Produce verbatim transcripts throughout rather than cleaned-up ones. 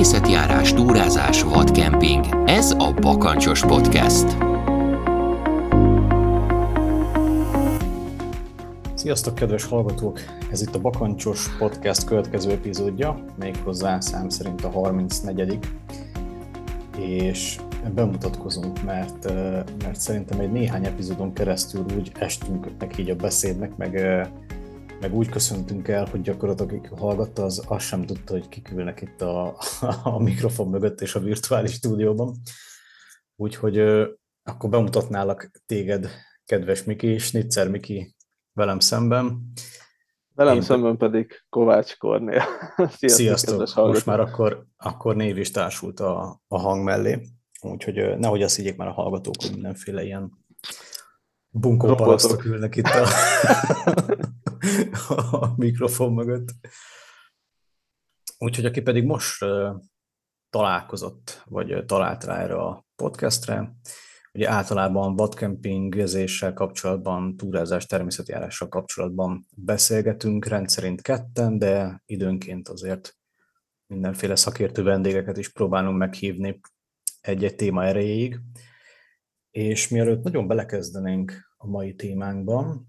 természetjárás, túrázás, vadkemping. Ez a Bakancsos Podcast. Sziasztok, kedves hallgatók! Ez itt a Bakancsos Podcast következő epizódja, méghozzá szám szerint a harmincnegyedik És bemutatkozunk, mert, mert szerintem egy néhány epizódon keresztül úgy estünk meg így a beszédnek, meg, meg úgy köszöntünk el, hogy gyakorlatilag aki hallgatta, az azt sem tudta, hogy kik ülnek itt a, a mikrofon mögött és a virtuális stúdióban. Úgyhogy akkor bemutatnálak téged, kedves Miki, Snitzer Miki velem szemben. Velem Én szemben pedig Kovács Kornél. Sziasztok, Sziasztok. Most már akkor, akkor név is társult a, a hang mellé. Úgyhogy nehogy azt higgyék már a hallgatók, hogy mindenféle ilyen bunkóparasztok ülnek itt a, a mikrofon mögött. Úgyhogy aki pedig most uh, találkozott, vagy uh, talált rá erre a podcastre, ugye általában vadkempingezéssel kapcsolatban, túrázás, természetjárással kapcsolatban beszélgetünk, rendszerint ketten, de időnként azért mindenféle szakértő vendégeket is próbálunk meghívni egy-egy téma erejéig. És mielőtt nagyon belekezdenénk a mai témánkban,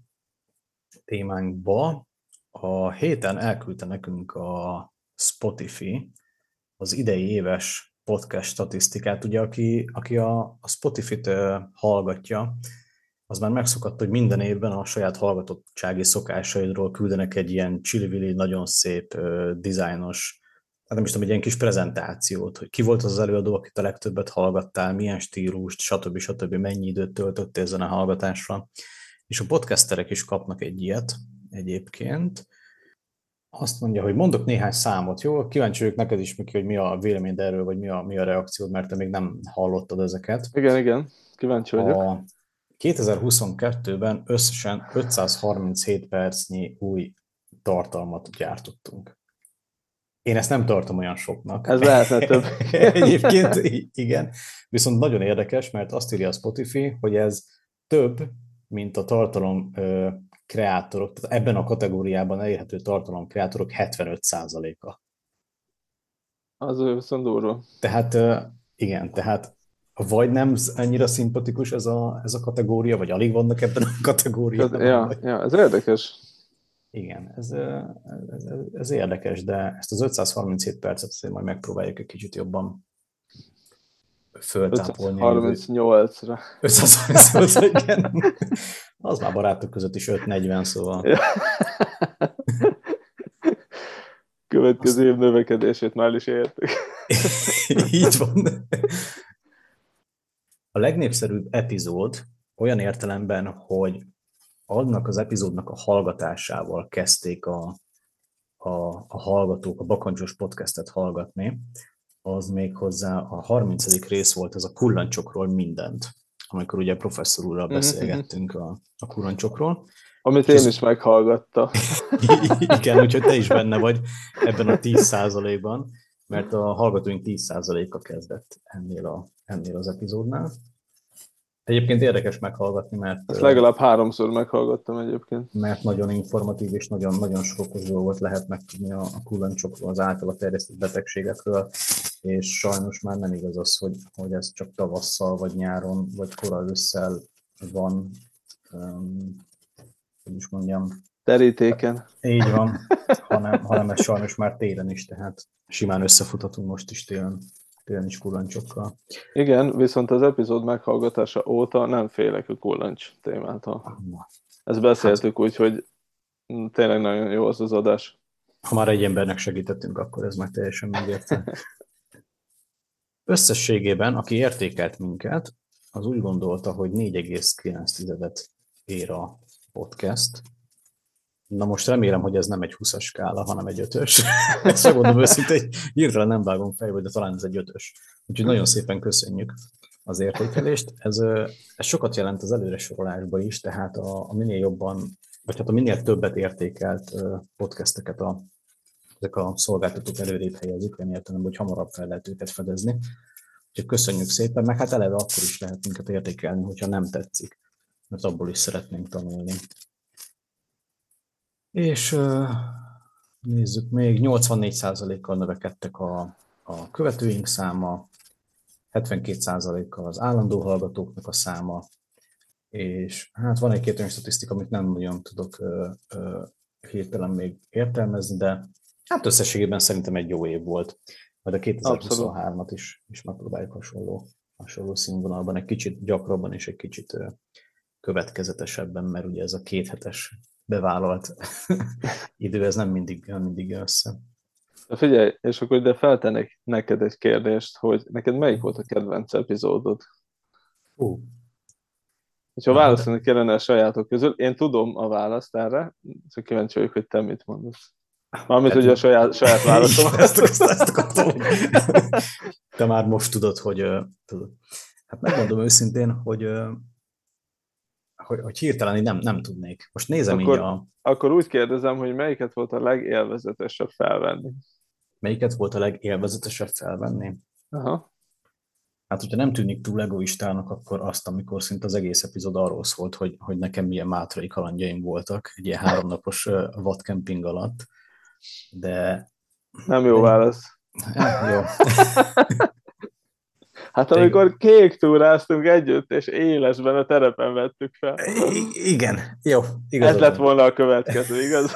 témánkba, a héten elküldte nekünk a Spotify az idei éves podcast statisztikát. Ugye, aki, aki a, a Spotify-t uh, hallgatja, az már megszokott, hogy minden évben a saját hallgatottsági szokásaidról küldenek egy ilyen csili-vili, nagyon szép, uh, dizájnos, hát nem is tudom, egy ilyen kis prezentációt, hogy ki volt az, az előadó, akit a legtöbbet hallgattál, milyen stílust, stb. stb. Mennyi időt töltöttél ezen a hallgatásra. És a podcasterek is kapnak egy ilyet egyébként. Azt mondja, hogy mondok néhány számot, jó? Kíváncsi vagyok neked is, Miki, hogy mi a véleményed erről, vagy mi a, mi a reakciód, mert te még nem hallottad ezeket. Igen, igen, kíváncsi vagyok. A kétezer-huszonkettőben összesen ötszázharminchét percnyi új tartalmat gyártottunk. Én ezt nem tartom olyan soknak. Ez lehetne több. Egyébként igen, viszont nagyon érdekes, mert azt írja a Spotify, hogy ez több, mint a tartalom kreátorok, tehát ebben a kategóriában elérhető tartalom kreátorok hetvenöt százaléka. Az viszont durva. Tehát igen, tehát vagy nem annyira szimpatikus ez a, ez a kategória, vagy alig vannak ebben a kategóriában. Ja, ja, ez érdekes. Igen, ez, ez, ez, ez érdekes, de ezt az ötszázharminchét percet azért majd megpróbáljuk egy kicsit jobban föltápolni. ötszázharmincnyolcra. ötszázharmincnyolcra, igen. Az már barátok között is ötszáznegyven, szóval. Ja. Következő év növekedését már is értük. Így van. A legnépszerűbb epizód olyan értelemben, hogy annak az epizódnak a hallgatásával kezdték a, a, a hallgatók a Bakancsos podcastet hallgatni, az még hozzá a harmincadik rész volt, ez a kullancsokról mindent, amikor ugye professzor úrral beszélgettünk a, a kullancsokról. Amit én is meghallgattam. Igen, úgyhogy te is benne vagy ebben a tíz százalékban, mert a hallgatóink tíz százaléka kezdett ennél, a, ennél az epizódnál. Egyébként érdekes meghallgatni, mert... Ezt legalább háromszor meghallgattam egyébként. Mert nagyon informatív és nagyon, nagyon sokos dolgot lehet megtudni a, a kullancsokról, az általa terjesztett betegségekről, és sajnos már nem igaz az, hogy, hogy ez csak tavasszal, vagy nyáron, vagy kora ősszel van, um, hogy is mondjam... Terítéken. Így van, hanem, hanem ez sajnos már télen is, tehát simán összefuthatunk most is télen. télen is kullancsokkal. Igen, viszont az epizód meghallgatása óta nem félek a kullancs témától. Ezt beszéltük hát, úgy, hogy tényleg nagyon jó az az adás. Ha már egy embernek segítettünk, akkor ez már teljesen megérte. Összességében, aki értékelt minket, az úgy gondolta, hogy négy egész kilenc ér a podcast. Na most remélem, hogy ez nem egy húszas skála, hanem egy ötös. Ezt megmondom őszintén, hogy hirtelen nem vágom fejbe, de talán ez egy ötös. Úgyhogy nagyon szépen köszönjük az értékelést. Ez, ez sokat jelent az előresorolásban is, tehát a, a minél jobban, vagy hát a minél többet értékelt podcasteket a, ezek a szolgáltatók előrébb helyezik, én értem, hogy hamarabb fel lehet őket fedezni. Úgyhogy köszönjük szépen, meg hát eleve akkor is lehet minket értékelni, hogyha nem tetszik, mert abból is szeretnénk tanulni. És uh, nézzük még, nyolcvannégy százalékkal növekedtek a a követőink száma, hetvenkét százalékkal az állandó hallgatóknak a száma, és hát van egy-két olyan statisztika, amit nem nagyon tudok ö, ö, hirtelen még értelmezni, de hát összességében szerintem egy jó év volt. Majd a kétezer-huszonhármat is, is megpróbáljuk hasonló, hasonló színvonalban, egy kicsit gyakrabban és egy kicsit ö, következetesebben, mert ugye ez a kéthetes bevállalt idő, ez nem mindig, nem mindig jön össze. De figyelj, és akkor ide feltennék neked egy kérdést, hogy neked melyik volt a kedvenc epizódod? Uh. Ha válaszolni kellene a sajátok közül, én tudom a választ erre, csak kíváncsi vagyok, hogy te mit mondasz. Mármint hát, ugye a saját, saját válaszom. ezt, ezt, ezt akartam, hogy te már most tudod, hogy uh, tudod. Hát megmondom őszintén, hogy, uh, hogy, hogy hirtelen nem, nem tudnék. Most nézem akkor, így a... Akkor úgy kérdezem, hogy melyiket volt a legélvezetesebb felvenni? Melyiket volt a legélvezetesebb felvenni? Aha. Hát, hogyha nem tűnik túl egoistának, akkor azt, amikor szinte az egész epizód arról szólt, hogy, hogy nekem milyen mátrai kalandjaim voltak egy ilyen háromnapos uh, vadkemping alatt, de... Nem jó de... válasz. Ja, jó. Hát amikor kék túráztunk együtt, és élesben a terepen vettük fel. I- igen, jó. Igazad Ez lett volna a következő, igaz?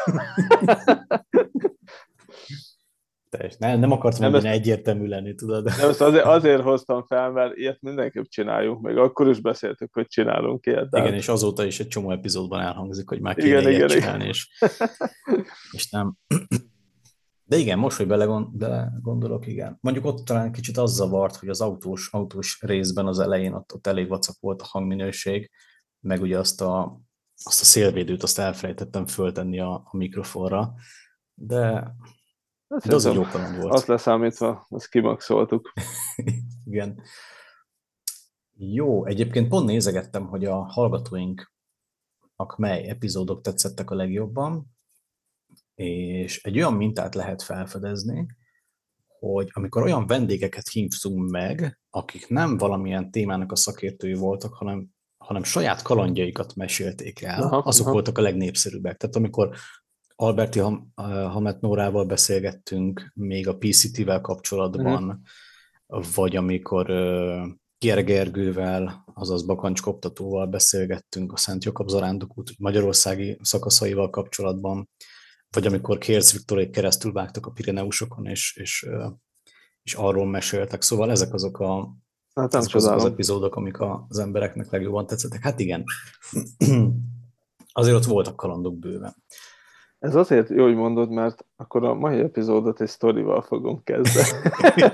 Nem, nem akartam nem mondani, ezt... egyértelmű lenni, tudod. Nem, ezt azért, azért hoztam fel, mert ilyet mindenképp csináljunk, még akkor is beszéltük, hogy csinálunk ilyet. Igen, és azóta is egy csomó epizódban elhangzik, hogy már kéne igen, ilyet igen, csinálni, igen. És, és nem. De igen, most, hogy belegondolok, igen. Mondjuk ott talán kicsit az zavart, hogy az autós, autós részben az elején ott, ott elég vacak volt a hangminőség, meg ugye azt a, azt a szélvédőt azt elfelejtettem föltenni a, a mikrofonra, de... De az egy jó kaland volt. Azt leszámítva, azt kimaxoltuk. Igen. Jó, egyébként pont nézegettem, hogy a hallgatóinknak mely epizódok tetszettek a legjobban, és egy olyan mintát lehet felfedezni, hogy amikor olyan vendégeket hívtunk meg, akik nem valamilyen témának a szakértői voltak, hanem, hanem saját kalandjaikat mesélték el, aha, azok aha. voltak a legnépszerűbbek. Tehát amikor Alberti Hamet Nórával beszélgettünk még a pé cé té-vel kapcsolatban, uh-huh. vagy amikor uh, Kier Gergővel, azaz Bakancs Koptatóval beszélgettünk a Szent Jakab Zarándok út magyarországi szakaszaival kapcsolatban, vagy amikor Kérz Viktorék keresztül vágtak a Pireneusokon, és, és, uh, és arról meséltek. Szóval ezek azok, a, hát ezek azok az epizódok, amik az embereknek legjobban tetszettek. Hát igen, azért ott voltak kalandok bőven. Ez azért jó, hogy mondod, mert akkor a mai epizódot egy sztorival fogom kezdeni.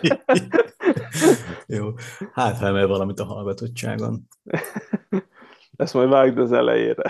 Jó, hát ha emel valamit a hallgatottságon. Ezt majd vágd az elejére.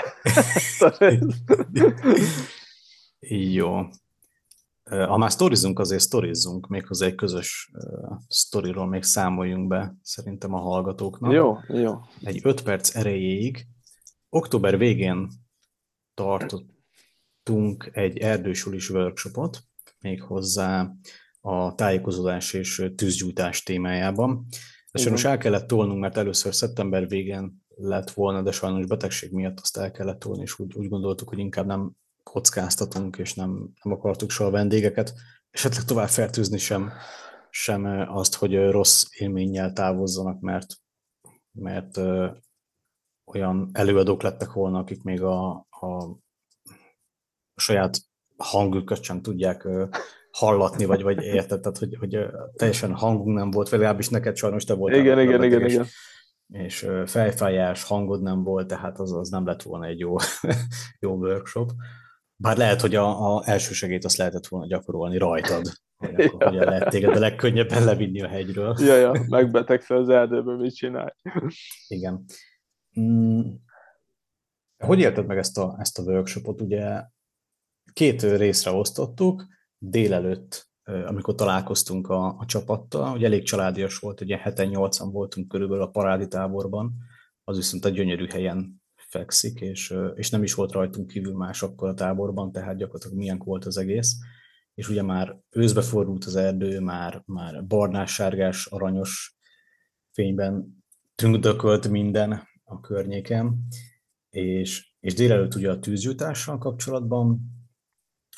Jó. Ha már sztorizunk, azért sztorizzunk, méghozzá egy közös uh, sztoriról még számoljunk be szerintem a hallgatóknak. Jó, jó. Egy öt perc erejéig, október végén tartott egy erdősulis workshopot, méghozzá a tájékozódás és tűzgyújtás témájában. De sajnos el kellett tolnunk, mert először szeptember végén lett volna, de sajnos betegség miatt azt el kellett tolni, és úgy, úgy gondoltuk, hogy inkább nem kockáztatunk, és nem, nem akartuk soha vendégeket, esetleg tovább fertőzni sem, sem azt, hogy rossz élménnyel távozzanak, mert, mert ö, olyan előadók lettek volna, akik még a, a a saját hangjukat sem tudják uh, hallatni, vagy, vagy érted, tehát, hogy, hogy uh, teljesen hangunk nem volt, vagy legalábbis neked sajnos te voltál. Igen, igen, igen, és, igen. És uh, fejfájás, hangod nem volt, tehát az, az nem lett volna egy jó, jó workshop. Bár lehet, hogy a, a elsősegélyt azt lehetett volna gyakorolni rajtad, hogy akkor ja. Hogyan lehet téged a legkönnyebben levinni a hegyről. Ja, ja, megbetegszel az erdőben, mit csinálj. Igen. Mm. Hogy élted meg ezt a, ezt a workshopot? Ugye két részre osztottuk, délelőtt, amikor találkoztunk a, a csapattal, ugye elég családias volt, ugye heten-nyolcan voltunk körülbelül a parádi táborban, az viszont egy gyönyörű helyen fekszik, és, és nem is volt rajtunk kívül más akkor a táborban, tehát gyakorlatilag milyen volt az egész. És ugye már őszbe fordult az erdő, már, már barnás, sárgás, aranyos fényben tündökölt minden a környéken, és, és délelőtt ugye a tűzgyújtással kapcsolatban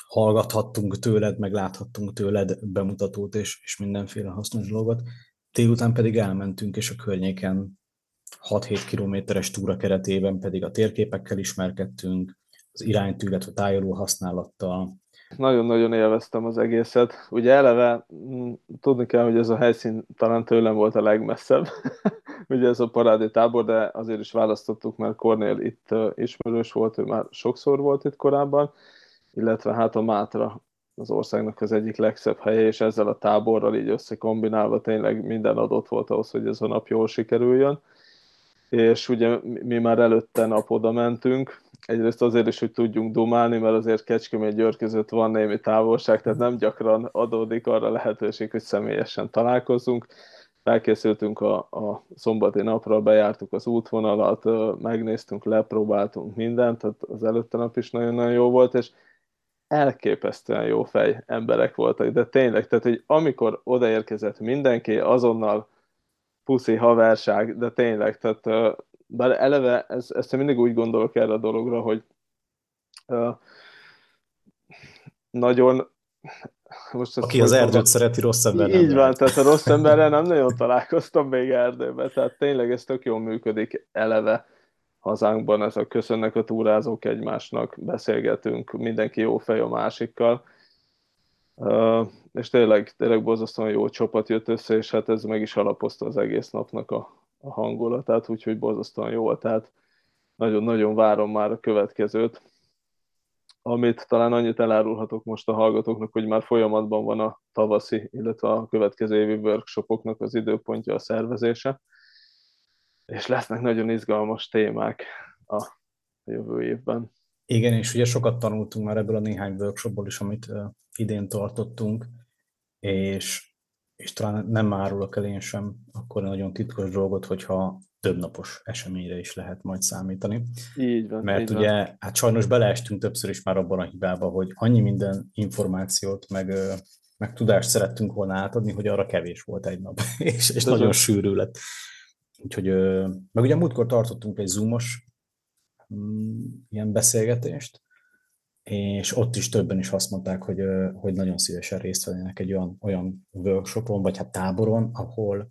hallgathattunk tőled, meg láthattunk tőled bemutatót és, és mindenféle hasznos dolgot. Délután pedig elmentünk, és a környéken hat-hét kilométeres túra keretében pedig a térképekkel ismerkedtünk, az iránytű, illetve tájoló használattal. Nagyon-nagyon élveztem az egészet. Ugye eleve m, tudni kell, hogy ez a helyszín talán tőlem volt a legmesszebb. Ugye ez a parádi tábor, de azért is választottuk, mert Kornél itt uh, ismerős volt, ő már sokszor volt itt korábban, illetve hát a Mátra az országnak az egyik legszebb helye, és ezzel a táborral így összekombinálva tényleg minden adott volt ahhoz, hogy ez a nap jól sikerüljön. És ugye mi már előtte nap oda mentünk, egyrészt azért is, hogy tudjunk dumálni, mert azért Kecskemét-Győr között van némi távolság, tehát nem gyakran adódik arra lehetőség, hogy személyesen találkozzunk. Felkészültünk a, a szombati napra, bejártuk az útvonalat, megnéztünk, lepróbáltunk mindent, tehát az előtte nap is nagyon-nagyon jó volt, és elképesztően jó fej emberek voltak, de tényleg, tehát hogy amikor odaérkezett mindenki, azonnal puszi haverság, de tényleg, tehát bár eleve ez, ezt én mindig úgy gondolok erre a dologra, hogy uh, nagyon most Aki az erdőt mondom, szereti, rossz ember nem így van, lehet. tehát a rossz emberrel nem nagyon találkoztam még erdőben, tehát tényleg ez tök jól működik eleve hazánkban, ez a köszönnek a túrázók egymásnak, beszélgetünk, mindenki jó fej a másikkal, uh, és tényleg, tényleg borzasztóan jó csapat jött össze, és hát ez meg is alapozta az egész napnak a, a hangulatát, úgyhogy borzasztóan jó volt, tehát nagyon-nagyon várom már a következőt, amit talán annyit elárulhatok most a hallgatóknak, hogy már folyamatban van a tavaszi, illetve a következő évi workshopoknak az időpontja, a szervezése, és lesznek nagyon izgalmas témák a jövő évben. Igen, és ugye sokat tanultunk már ebből a néhány workshopból is, amit uh, idén tartottunk, és, és talán nem árulok el én sem akkor nagyon titkos dolgot, hogyha több napos eseményre is lehet majd számítani. Így van. Mert így ugye, van. hát sajnos beleestünk többször is már abban a hibába, hogy annyi minden információt, meg, meg tudást szerettünk volna átadni, hogy arra kevés volt egy nap, és, és nagyon sűrű lett. Úgyhogy, meg ugye múltkor tartottunk egy zoomos ilyen beszélgetést, és ott is többen is azt mondták, hogy, hogy nagyon szívesen részt vennének egy olyan, olyan workshopon, vagy hát táboron, ahol,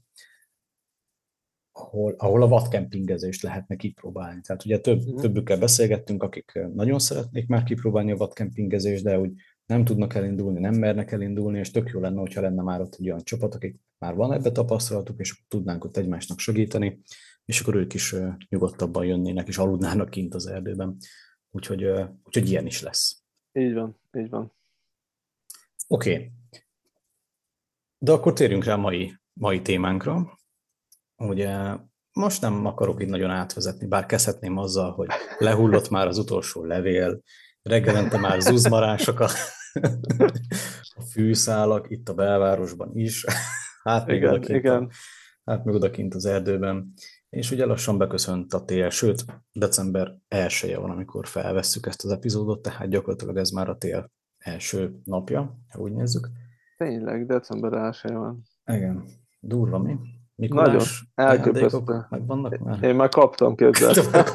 ahol, ahol a vadkempingezést lehetne kipróbálni. Tehát ugye több, uh-huh. többükkel beszélgettünk, akik nagyon szeretnék már kipróbálni a vadkempingezést, de úgy nem tudnak elindulni, nem mernek elindulni, és tök jó lenne, hogyha lenne már ott egy olyan csapat, akik már van ebbe tapasztalatuk, és tudnánk ott egymásnak segíteni, és akkor ők is nyugodtabban jönnének, és aludnának kint az erdőben. Úgyhogy, úgyhogy ilyen is lesz. Így van, így van. Oké. Okay. De akkor térjünk rá a mai, mai témánkra. Ugye most nem akarok itt nagyon átvezetni, bár kezdhetném azzal, hogy lehullott már az utolsó levél, reggelente már zuzmarások a, a fűszálak, itt a belvárosban is, hát még, igen, odakint, igen. A, hát még odakint az erdőben, és ugye lassan beköszönt a tél, sőt, december elseje van, amikor felvesszük ezt az epizódot, tehát gyakorlatilag ez már a tél első napja, ha úgy nézzük. Tényleg, december elseje van. Igen, durva mi? Mikulás ajándékok megvannak már? Én már kaptam, képzeld.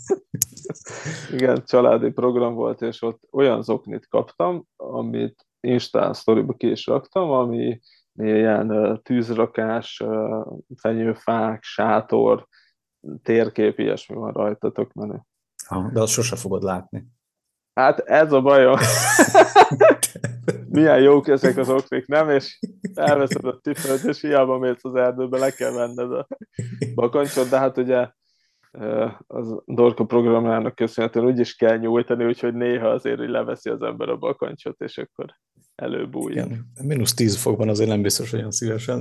Igen, családi program volt, és ott olyan zoknit kaptam, amit Instán sztoriba ki is raktam, ami ilyen tűzrakás, fenyőfák, sátor, térkép, ilyesmi van rajta, tök menő. Ha, de azt sose fogod látni. Hát ez a bajom. Milyen jók ezek az oknik, nem? És elveszed a cipőt, és hiába mész az erdőbe, le kell venned a bakancsot, de hát ugye az Dorka programjának köszönhetően úgy is kell nyújtani, úgyhogy néha azért, hogy leveszi az ember a bakancsot, és akkor előbújj. Igen, mínusz tíz fokban azért nem biztos olyan szívesen.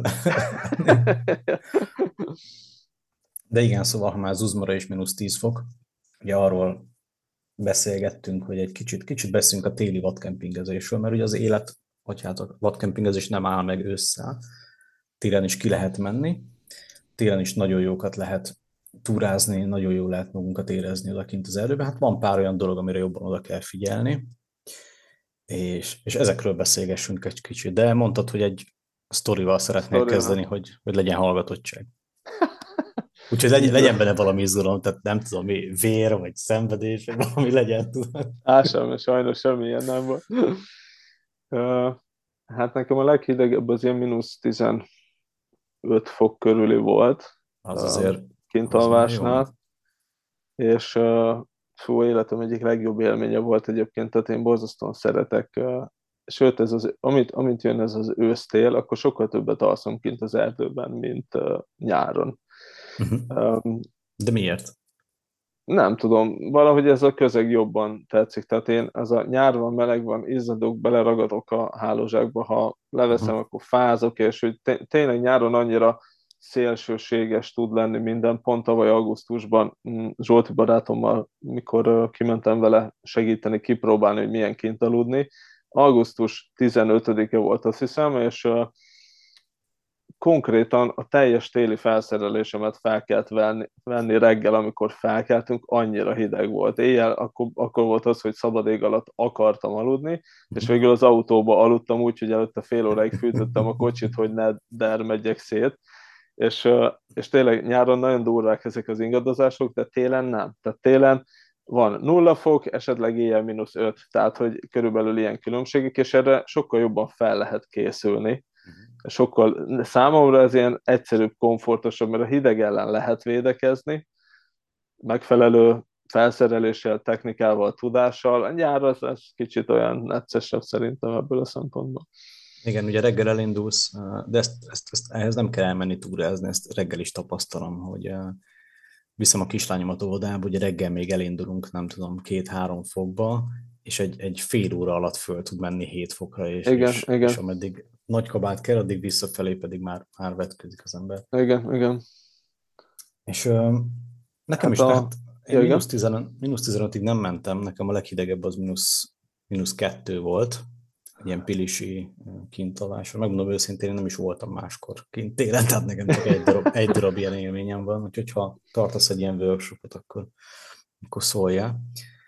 De igen, szóval, ha már Zuzmara is mínusz tíz fok, ugye arról beszélgettünk, hogy egy kicsit, kicsit beszélünk a téli vadkempingezésről, mert ugye az élet, hogy hát a vadkempingezés nem áll meg ősszel, télen is ki lehet menni, télen is nagyon jókat lehet túrázni, nagyon jól lehet magunkat érezni odakint az erdőben. Hát van pár olyan dolog, amire jobban oda kell figyelni, és, és ezekről beszélgessünk egy kicsit. De mondtad, hogy egy sztorival szeretnél kezdeni, hogy, hogy legyen hallgatottság. Úgyhogy legyen, legyen benne valami izgalom, tehát nem tudom, mi, vér, vagy szenvedés, vagy valami legyen, tudom. Á, sem, sajnos semmilyen nem volt. Ö, Hát nekem a leghidegebb az ilyen mínusz tizenöt fok körüli volt Az ö, azért, kint az már jó. alvásnál, és ö, fú, életem egyik legjobb élménye volt egyébként, tehát én borzasztóan szeretek, ö, sőt, ez az, amit, amit jön ez az ősztél, akkor sokkal többet alszom kint az erdőben, mint ö, nyáron. Uh-huh. Ö, De miért? Nem tudom, valahogy ez a közeg jobban tetszik. Tehát én, az a nyár van, meleg van, izzadok, beleragadok a hálózsákba, ha leveszem, Uh-huh. akkor akkor fázok, és hogy té- tényleg nyáron annyira szélsőséges tud lenni minden. Pont tavaly augusztusban mm, Zsolti barátommal, mikor ö, kimentem vele segíteni, kipróbálni, hogy milyen kint aludni. augusztus tizenötödike volt, azt hiszem, és ö, konkrétan a teljes téli felszerelésemet fel kellett venni, venni reggel, amikor felkeltünk, annyira hideg volt. Éjjel akkor, akkor volt az, hogy szabad ég alatt akartam aludni, és végül az autóba aludtam úgy, hogy előtte fél óráig fűtöttem a kocsit, hogy ne dermedjek szét. És, és tényleg nyáron nagyon durvák ezek az ingadozások, de télen nem. Tehát télen van nulla fok, esetleg éjjel mínusz öt, tehát hogy körülbelül ilyen különbségek, és erre sokkal jobban fel lehet készülni. Sokkal, számomra ez ilyen egyszerűbb, komfortosabb, mert a hideg ellen lehet védekezni, megfelelő felszereléssel, technikával, tudással. A nyár az, az kicsit olyan neccesebb szerintem ebből a szempontból. Igen, ugye reggel elindulsz, de ezt, ezt, ezt, ehhez nem kell elmenni túrázni, ezt reggel is tapasztalom, hogy viszem a kislányomat óvodába, ugye reggel még elindulunk, nem tudom, két-három fokba, és egy, egy fél óra alatt föl tud menni hét fokra, és, Igen, és, igen. és ameddig nagy kabát kell, addig visszafelé pedig már, már vetkőzik az ember. Igen, igen. És ö, nekem Hát is, a... tehát én Ja, igen. mínusz tizenöt, mínusz tizenötig nem mentem, nekem a leghidegebb az mínusz, mínusz kettő volt, ilyen pilisi kintalásra. Megmondom őszintén, én nem is voltam máskor kint télen, tehát nekem csak egy darab, egy darab ilyen élményem van, úgyhogy ha tartasz egy ilyen workshopot, akkor, akkor szóljál.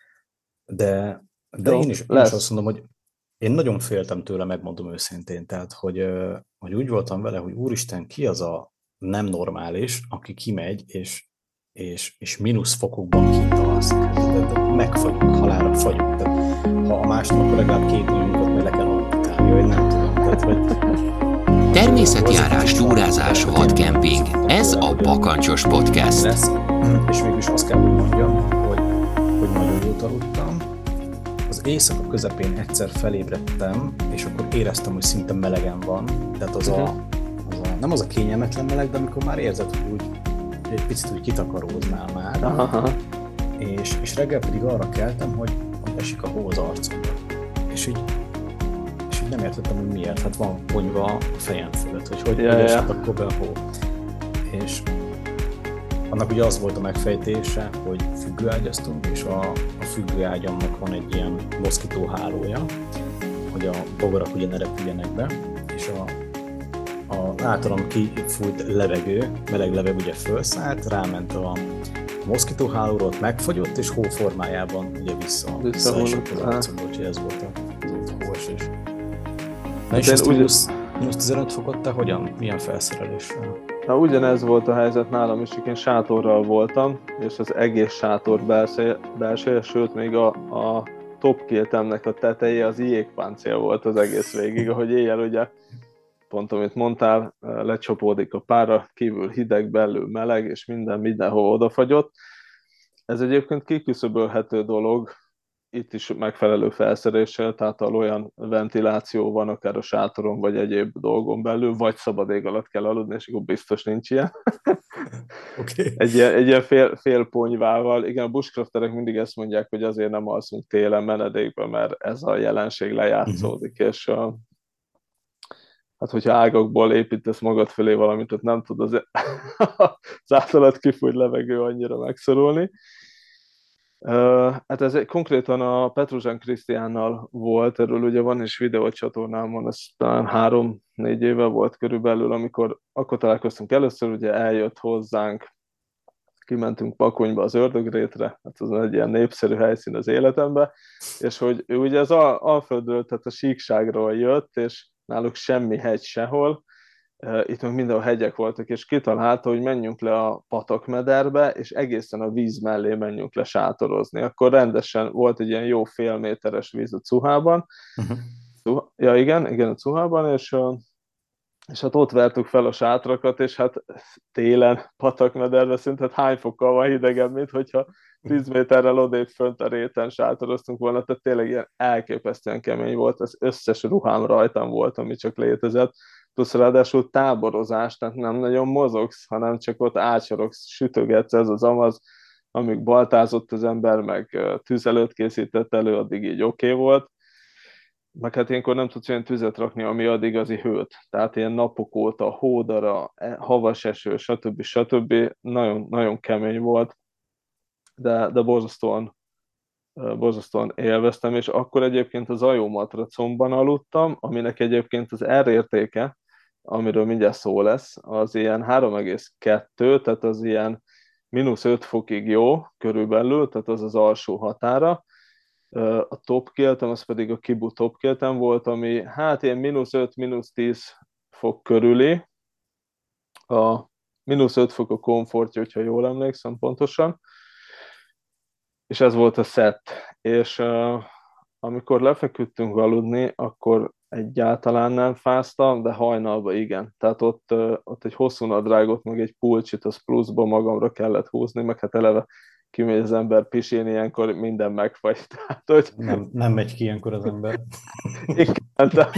De, de Jó, én, is, én is azt lesz. mondom, hogy én nagyon féltem tőle, megmondom őszintén, tehát hogy, hogy úgy voltam vele, hogy úristen, ki az a nem normális, aki kimegy, és, és, és mínusz fokokban kint alszik. De, de megfagyunk, halálra fagyunk. Tehát, ha a másnap, akkor legalább két nőnket meg le kell amputálni, vagy nem tudom. Tehát, hogy Természetjárás, túrázás, vadkemping. Ez a Bakancsos Podcast. lesz. És végül is azt kell, hogy mondjam, hogy, hogy nagyon jót aludtam. Az éjszaka közepén egyszer felébredtem, és akkor éreztem, hogy szinte melegen van. Tehát az a, az a, nem az a kényelmetlen meleg, de amikor már érzed, hogy úgy egy picit úgy kitakaróznál már. Aha. És, és reggel pedig arra keltem, hogy, hogy esik a hó az arcomra. És így, és így nem értettem, hogy miért. Hát van ponyva a fejem fölött, hogy hogy, Ja, hogy ja. esett akkor be a hó. És annak ugye az volt a megfejtése, hogy függőágyaztunk, és a, a függőágyamnak van egy ilyen moszkitóhálója, hogy a bogarak ugye ne repüljenek be, és a, a általam kifújt levegő, meleg levegő ugye felszállt, ráment a moszkitóhálóról, megfagyott, és hó formájában ugye vissza, visszaesett az arcomba, úgyhogy ez volt a, ez volt a hóesés. Na és ezt mínusz tizenöt fokot, te hogyan? Milyen felszereléssel? Na, ugyanez volt a helyzet nálam is, én sátorral voltam, és az egész sátor belseje, belseje sőt még a, a topkiltemnek a teteje az jégpáncél volt az egész végig, ahogy éjjel ugye, pont amit mondtál, lecsapódik a pára, kívül hideg, belül meleg, és minden mindenhol odafagyott. Ez egyébként kiküszöbölhető dolog, itt is megfelelő felszereléssel, tehát olyan ventiláció van akár a sátoron, vagy egyéb dolgon belül, vagy szabad ég alatt kell aludni, és akkor biztos nincs ilyen. Okay. Egy ilyen, egy ilyen fél, fél ponyvával. Igen, a bushcrafterek mindig ezt mondják, hogy azért nem alszunk télen menedékben, mert ez a jelenség lejátszódik, uh-huh. és a, hát hogyha ágakból építesz magad fölé valamit, ott nem tud az, az általad kifújt levegő annyira megszorulni. Uh, hát ez egy, konkrétan a Petruzsán Krisztiánnal volt, erről ugye van is videócsatornámon, ez talán három-négy éve volt körülbelül, amikor akkor találkoztunk először, ugye eljött hozzánk, kimentünk Bakonyba az Ördögrétre, hát az egy ilyen népszerű helyszín az életemben, és hogy ő ugye az Al- Alföldről, tehát a síkságról jött, és náluk semmi hegy sehol, Itt meg mindenhol hegyek voltak, és kitalálta, hogy menjünk le a patakmederbe, és egészen a víz mellé menjünk le sátorozni. Akkor rendesen volt egy ilyen jó fél méteres víz a Cuhában. Uh-huh. Ja, igen, igen, a Cuhában, és, és hát ott vertük fel a sátrakat, és hát télen patakmederbe szinte hány fokkal van hidegebb, mint hogyha tíz méterrel odébb fönt a réten sátoroztunk volna, tehát tényleg ilyen elképesztően kemény volt, az összes ruhám rajtam volt, ami csak létezett, plusz ráadásul táborozás, tehát nem nagyon mozogsz, hanem csak ott átsorogsz, sütögetsz, ez az amaz, amíg baltázott az ember, meg tüzelőt készített elő, addig így oké okay volt, meg hát ilyenkor nem tudsz olyan tüzet rakni, ami ad igazi hőt. Tehát ilyen napok óta, hódara, havas eső, stb. stb. Nagyon, nagyon kemény volt, de, de borzasztóan, borzasztóan élveztem, és akkor egyébként az Ajó matracomban aludtam, aminek egyébként az R értéke, amiről mindjárt szó lesz, az ilyen három egész kettő, tehát az ilyen mínusz öt fokig jó körülbelül, tehát az az alsó határa. A topkéltem, az pedig a Kibu topkéltem volt, ami hát ilyen mínusz öt, mínusz tíz fok körüli. A mínusz öt fok a komfortja, hogyha jól emlékszem pontosan. És ez volt a szett. És uh, amikor lefeküdtünk aludni, akkor egyáltalán nem fáztam, de hajnalban igen. Tehát ott, uh, ott egy hosszú nadrágot, meg egy pulcsit, az pluszba magamra kellett húzni, meg hát eleve kimegy az ember pisilni, ilyenkor minden megfagy. Tehát, hogy... nem, nem megy ki ilyenkor az ember. Én kimentem.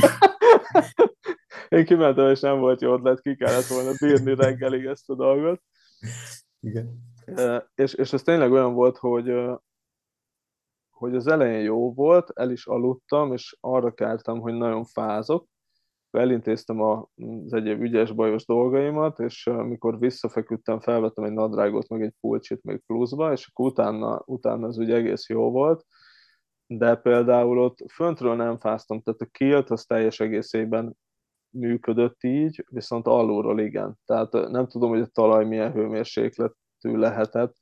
Én kimentem, és nem volt jó ötlet, ki kellett volna bírni reggelig ezt a dolgot. Igen. Uh, és, és ez tényleg olyan volt, hogy uh, hogy az elején jó volt, el is aludtam, és arra keltem, hogy nagyon fázok. Elintéztem az egyéb ügyes bajos dolgaimat, és amikor visszafeküdtem, felvettem egy nadrágot, meg egy pulcsit még pluszba, és akkor utána, utána az úgy egész jó volt. De például ott föntről nem fáztam, tehát a kilt az teljes egészében működött így, viszont alulról igen. Tehát nem tudom, hogy a talaj milyen hőmérsékletű lehetett,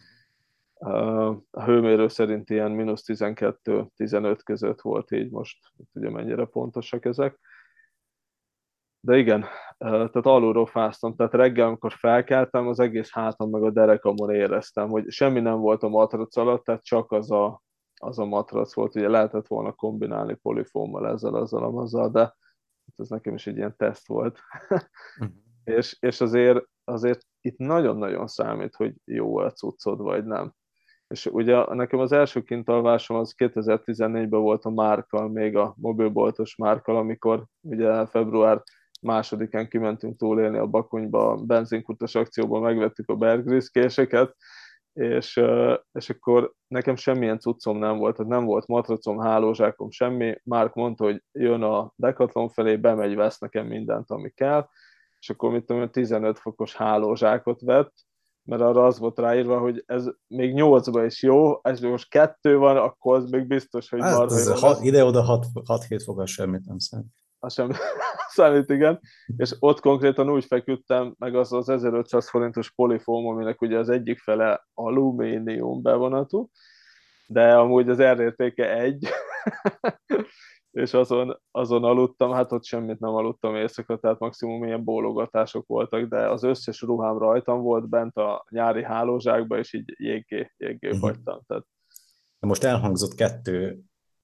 a hőmérő szerint ilyen mínusz tizenkettő-tizenöt között volt, így most ugye mennyire pontosak ezek. De igen, tehát alulról fáztam, tehát reggel, amikor felkeltem, az egész hátam meg a derekamon éreztem, hogy semmi nem volt a matrac alatt, tehát csak az a, az a matrac volt, ugye lehetett volna kombinálni polifómmal ezzel, azzal, azzal, de ez nekem is egy ilyen teszt volt. Uh-huh. és, és azért, azért itt nagyon-nagyon számít, hogy jó a cuccod, vagy nem. És ugye nekem az első kintalvásom az kétezer-tizennégyben volt a Márkkal, még a mobilboltos Márkkal, amikor ugye február másodikán kimentünk túlélni a Bakonyba, a benzinkutas akcióban megvettük a Bear Grylls késeket, és, és akkor nekem semmilyen cuccom nem volt, tehát nem volt matracom, hálózsákom, semmi. Márk mondta, hogy jön a Decathlon felé, bemegy, vesz nekem mindent, ami kell, és akkor mit tudom, tizenöt fokos hálózsákot vett, mert arra az volt ráírva, hogy ez még nyolcban is jó, ez most kettő van, akkor az még biztos, hogy hát marha jó hat, ide-oda hat-hét fokos semmit nem számít. Az sem számít, igen. És ott konkrétan úgy feküdtem, meg az az ezerötszáz forintos polifóm, aminek ugye az egyik fele alumínium bevonatú, de amúgy az R értéke egy, és azon, azon aludtam, hát ott semmit nem aludtam éjszaka, tehát maximum ilyen bólogatások voltak, de az összes ruhám rajtam volt bent a nyári hálózsákba, és így jéggé, jéggé uh-huh. fagytam. Tehát... De most elhangzott kettő,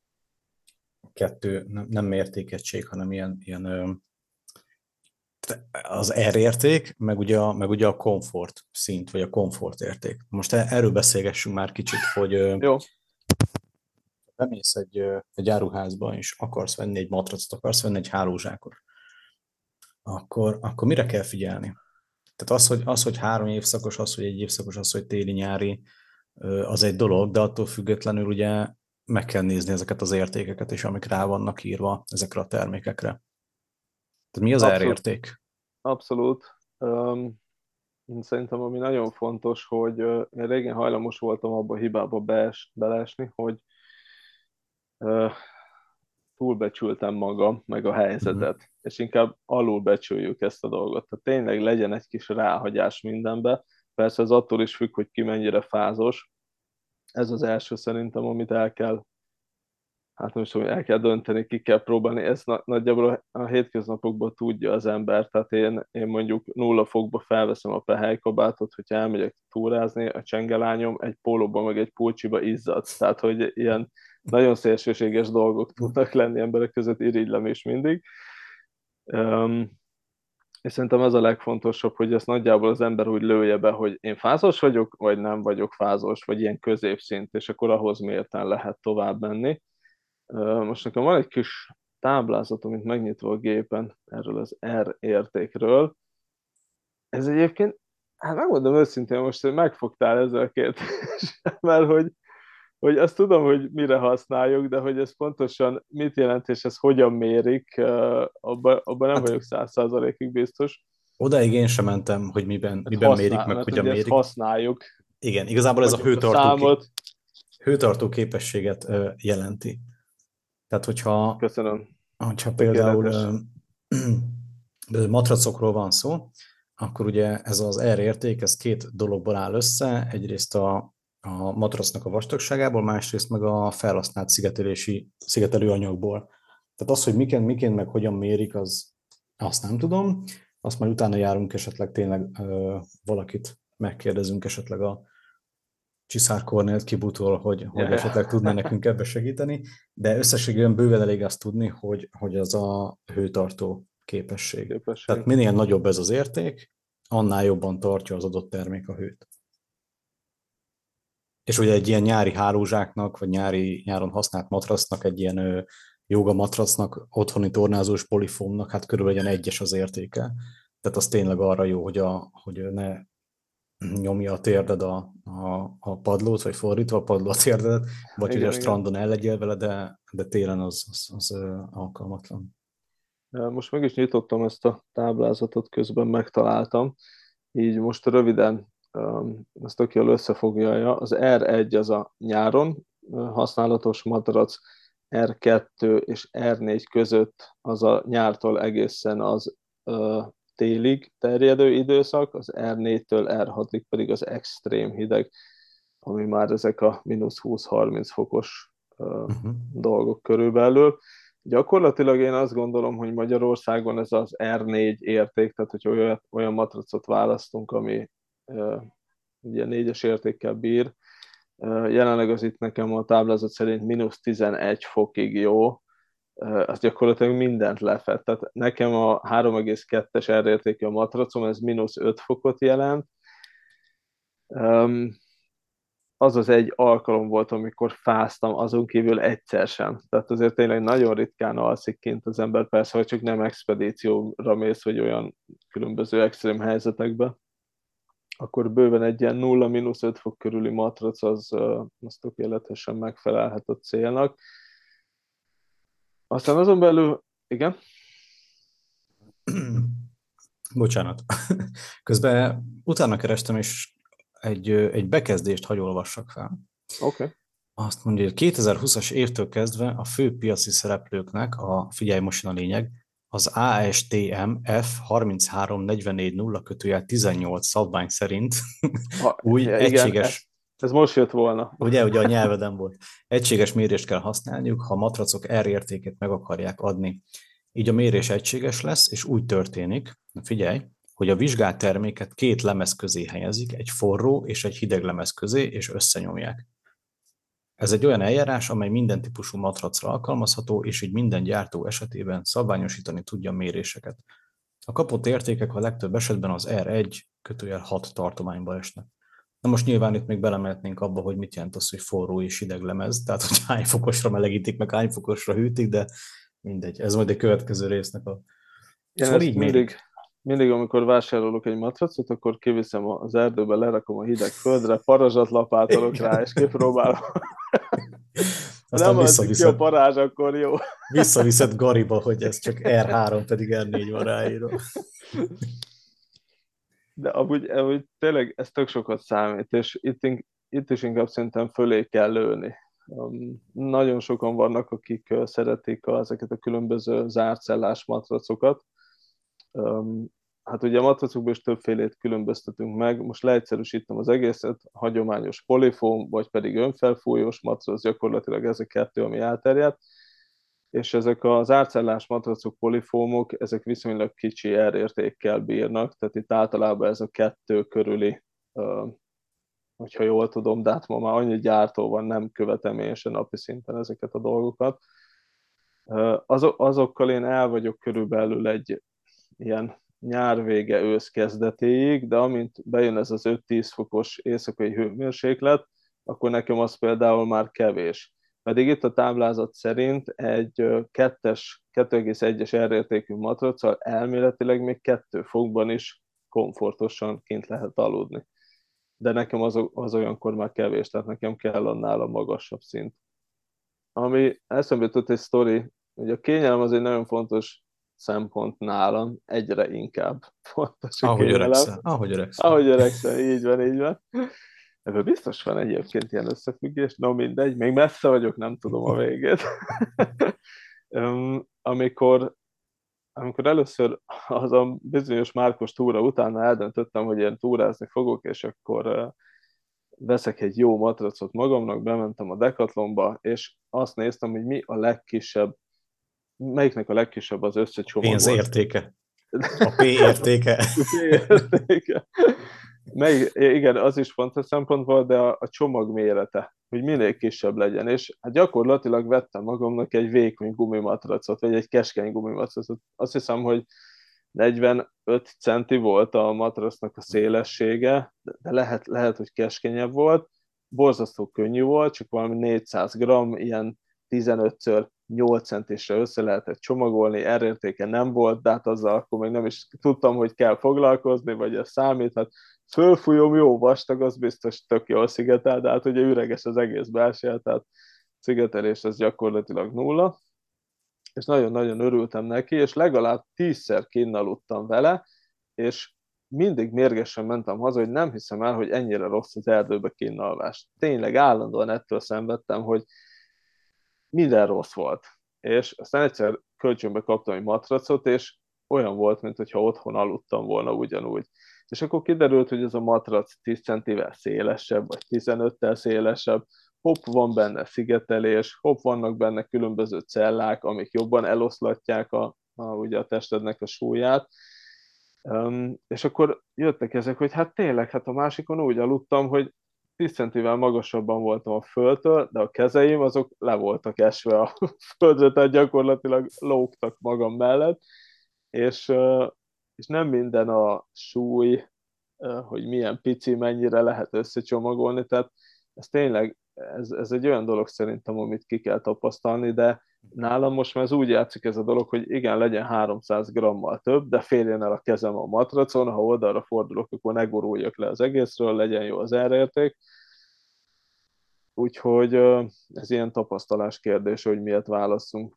kettő nem, nem mértékegység, hanem ilyen, ilyen az R érték, meg ugye, a, meg ugye a komfort szint, vagy a komfort érték. Most erről beszélgessünk már kicsit, hogy Jó. bemész egy, egy áruházba, és akarsz venni egy matracot, akarsz venni egy hálózsákot, akkor, akkor mire kell figyelni? Tehát az hogy, az, hogy három évszakos, az, hogy egy évszakos, az, hogy téli-nyári, az egy dolog, de attól függetlenül ugye meg kell nézni ezeket az értékeket is, amik rá vannak írva ezekre a termékekre. Tehát mi az R érték? Abszolút. Um, szerintem ami nagyon fontos, hogy uh, én régen hajlamos voltam abba a hibába bees, beleesni, hogy uh, túlbecsültem magam, meg a helyzetet, uh-huh. és inkább alulbecsüljük ezt a dolgot. Tehát tényleg legyen egy kis ráhagyás mindenbe. Persze ez attól is függ, hogy ki mennyire fázos. Ez az első szerintem, amit el kell hát nem is tudom, el kell dönteni, ki kell próbálni. Ezt na- nagyjából a, a hétköznapokban tudja az ember. Tehát én, én mondjuk nulla fokba felveszem a pehely-kabátot, hogyha elmegyek túrázni, a csengelányom egy pólóban meg egy pulcsiba izzad. Tehát, hogy ilyen nagyon szélsőséges dolgok tudnak lenni emberek között, irigylem is mindig. Um, és szerintem ez a legfontosabb, hogy ezt nagyjából az ember úgy lője be, hogy én fázos vagyok, vagy nem vagyok fázos, vagy ilyen középszint, és akkor ahhoz mérten lehet tovább menni. Most nekem van egy kis táblázatom, amit megnyitva a gépen erről az R értékről. Ez egyébként, hát megmondom őszintén, most hogy megfogtál ezzel a kérdéssel, mert hogy, hogy azt tudom, hogy mire használjuk, de hogy ez pontosan mit jelent, és ez hogyan mérik, abban abba nem Hát vagyok száz százalékig biztos. odáig én sem mentem, hogy miben, Ezt miben mérik, használ, meg mert hogyan ugye ezt mérik. használjuk, Igen, igazából ez a mondjuk a hőtartó, számot. hőtartó képességet ö, jelenti. Tehát, hogyha, Köszönöm, hogyha például tökéletes. ö, matracokról van szó, akkor ugye ez az R érték, ez két dologból áll össze. Egyrészt a, a matracnak a vastagságából, másrészt meg a felhasznált szigetelési, szigetelő anyagból. Tehát az, hogy miként, miként meg hogyan mérik, az, azt nem tudom. Azt majd utána járunk esetleg tényleg ö, valakit megkérdezünk esetleg a Csiszár Kornélt Kibutól, hogy, hogy Ja, esetleg tudna ja. nekünk ebbe segíteni, de összességében bőven elég azt tudni, hogy, hogy az a hőtartó képesség. Tehát Képesség. minél nagyobb ez az érték, annál jobban tartja az adott termék a hőt. És ugye egy ilyen nyári hálózsáknak, vagy nyári, nyáron használt matracnak, egy ilyen ö, jóga matracnak, otthoni tornázós polifómnak, hát körülbelül ilyen egyes az értéke. Tehát az tényleg arra jó, hogy, a, hogy ne nyomja a térded a, a, a padlót, vagy fordítva a padló a térdedet, vagy hogy a Igen, igen. strandon el legyél vele, de, de télen az, az, az ö, alkalmatlan. Most meg is nyitottam ezt a táblázatot, közben megtaláltam. Így most röviden um, ezt tök jól összefoglalja. Az R egy az a nyáron uh, használatos matrac, R kettő és R négy között az a nyártól egészen az uh, télig terjedő időszak, az R négytől R hatig pedig az extrém hideg, ami már ezek a mínusz húsz-harminc fokos uh, Uh-huh. dolgok körülbelül. Gyakorlatilag én azt gondolom, hogy Magyarországon ez az R négy érték, tehát hogy olyan, olyan matracot választunk, ami uh, ugye négyes értékkel bír. Uh, jelenleg az itt nekem a táblázat szerint mínusz tizenegy fokig jó, uh, az gyakorlatilag mindent lefed. Tehát nekem a három egész kettes R értékű a matracom, ez mínusz öt fokot jelent. Um, az az egy alkalom volt, amikor fáztam, azon kívül egyszer sem. Tehát azért tényleg nagyon ritkán alszik kint az ember, persze, hogy csak nem expedícióra mész, vagy olyan különböző extrém helyzetekbe, akkor bőven egy ilyen nulla öt fok körüli matrac az, az tökéletesen megfelelhet a célnak. Aztán azon belül, igen? Bocsánat. Közben utána kerestem, és egy, egy bekezdést hagy olvassak fel. Oké. Okay. Azt mondja, hogy kétezer-húszas évtől kezdve a fő piaci szereplőknek, a figyelj most a lényeg, az á es té em F harminchárom negyvennégy nulla kötőjel tizennyolc szabvány szerint Ha, új ja, igen, egységes, ez, ez most jött volna. ugye, ugye a nyelveden volt, egységes mérést kell használniuk, ha a matracok R értékét meg akarják adni. Így a mérés egységes lesz, és úgy történik, figyelj, hogy a vizsgált terméket két lemez közé helyezik, egy forró és egy hideg lemez közé, és összenyomják. Ez egy olyan eljárás, amely minden típusú matracra alkalmazható, és így minden gyártó esetében szabványosítani tudja a méréseket. A kapott értékek a legtöbb esetben az R egy kötőjel hat tartományba esnek. Na most nyilván itt még belemehetnénk abba, hogy mit jelent az, hogy forró és hideg lemez, tehát hogy hány fokosra melegítik, meg hány fokosra hűtik, de mindegy, ez majd egy következő résznek a... Én Szóval ezt így mindig, mérik. mindig, amikor vásárolok egy matracot, akkor kiviszem az erdőbe, lerakom a hideg földre, parazsat lapátolok rá, és kipróbálom. Ha Aztán nem alszik ki a visszaviszed, parázs, akkor jó. visszaviszed Gariba, hogy ez csak R három, pedig R négy van ráírva. De amúgy, amúgy tényleg ez tök sokat számít, és itt, itt is inkább szerintem fölé kell lőni. Um, nagyon sokan vannak, akik uh, szeretik a, ezeket a különböző zártcellás matracokat. Um, hát ugye a matracokból is többfélét különböztetünk meg, most leegyszerűsítem az egészet, hagyományos polifóm, vagy pedig önfelfújós matrac, gyakorlatilag ez a kettő, ami elterjedt, és ezek az árcellás matracok, polifómok, ezek viszonylag kicsi R-értékkel bírnak, tehát itt általában ez a kettő körüli, hogyha jól tudom, de hát ma már annyi gyártó van, nem követem én se napi szinten ezeket a dolgokat. Azokkal én el vagyok körülbelül egy ilyen nyár vége, ősz kezdetéig, de amint bejön ez az öt-tíz fokos éjszakai hőmérséklet, akkor nekem az például már kevés. Pedig itt a táblázat szerint egy kettes, kettő egész egyes R-értékű matraccal elméletileg még kettő fokban is komfortosan kint lehet aludni. De nekem az, az olyankor már kevés, tehát nekem kell annál a magasabb szint. Ami eszembe jutott egy sztori, hogy a kényelem az egy nagyon fontos szempont nálam, egyre inkább fontos a ahogy kényelem. Öregszel, ahogy öregszel. Ahogy öregszel, így van, így van. Ebből biztos van egyébként ilyen összefüggés, no mindegy, még messze vagyok, nem tudom a végét. amikor, amikor először az a bizonyos márkos túra utána eldöntöttem, hogy én túrázni fogok, és akkor veszek egy jó matracot magamnak, bementem a Decathlonba, és azt néztem, hogy mi a legkisebb, melyiknek a legkisebb az összecsomagolt. Pénz értéke. A P értéke. A P értéke. Mely, igen, az is fontos szempont volt, de a, a csomag mérete, hogy minél kisebb legyen, és hát gyakorlatilag vettem magamnak egy vékony gumimatracot, vagy egy keskeny gumimatracot. Azt hiszem, hogy negyvenöt centi volt a matracnak a szélessége, de lehet, lehet, hogy keskenyebb volt, borzasztó könnyű volt, csak valami négyszáz gramm, ilyen tizenötször nyolc centisre össze lehetett csomagolni, R-értéke nem volt, de hát azzal akkor még nem is tudtam, hogy kell foglalkozni, vagy ez számít, hát fölfújom, jó vastag, az biztos tök jól szigetel, de hát ugye üreges az egész belseje, tehát szigetelés az gyakorlatilag nulla, és nagyon-nagyon örültem neki, és legalább tízszer kinn aludtam vele, és mindig mérgesen mentem haza, hogy nem hiszem el, hogy ennyire rossz az erdőbe kinnalvás. Tényleg állandóan ettől szenvedtem, hogy minden rossz volt. És aztán egyszer kölcsönbe kaptam egy matracot, és olyan volt, mintha otthon aludtam volna ugyanúgy. És akkor kiderült, hogy ez a matrac tíz centivel szélesebb, vagy tizenöttel szélesebb, hopp, van benne szigetelés, hopp, vannak benne különböző cellák, amik jobban eloszlatják a, a, ugye a testednek a súlyát. Um, és akkor jöttek ezek, hogy hát tényleg, hát a másikon úgy aludtam, hogy tíz centivel magasabban voltam a földtől, de a kezeim azok le voltak esve a földre, tehát gyakorlatilag lógtak magam mellett, és, és nem minden a súly, hogy milyen pici, mennyire lehet összecsomagolni, tehát ez tényleg, ez, ez egy olyan dolog szerintem, amit ki kell tapasztalni, de nálam most már ez úgy játszik ez a dolog, hogy igen, legyen háromszáz grammal több, de férjen el a kezem a matracon, ha oldalra fordulok, akkor ne guruljak le az egészről, legyen jó az R-érték. Úgyhogy ez ilyen tapasztalás kérdés, hogy miért válaszunk.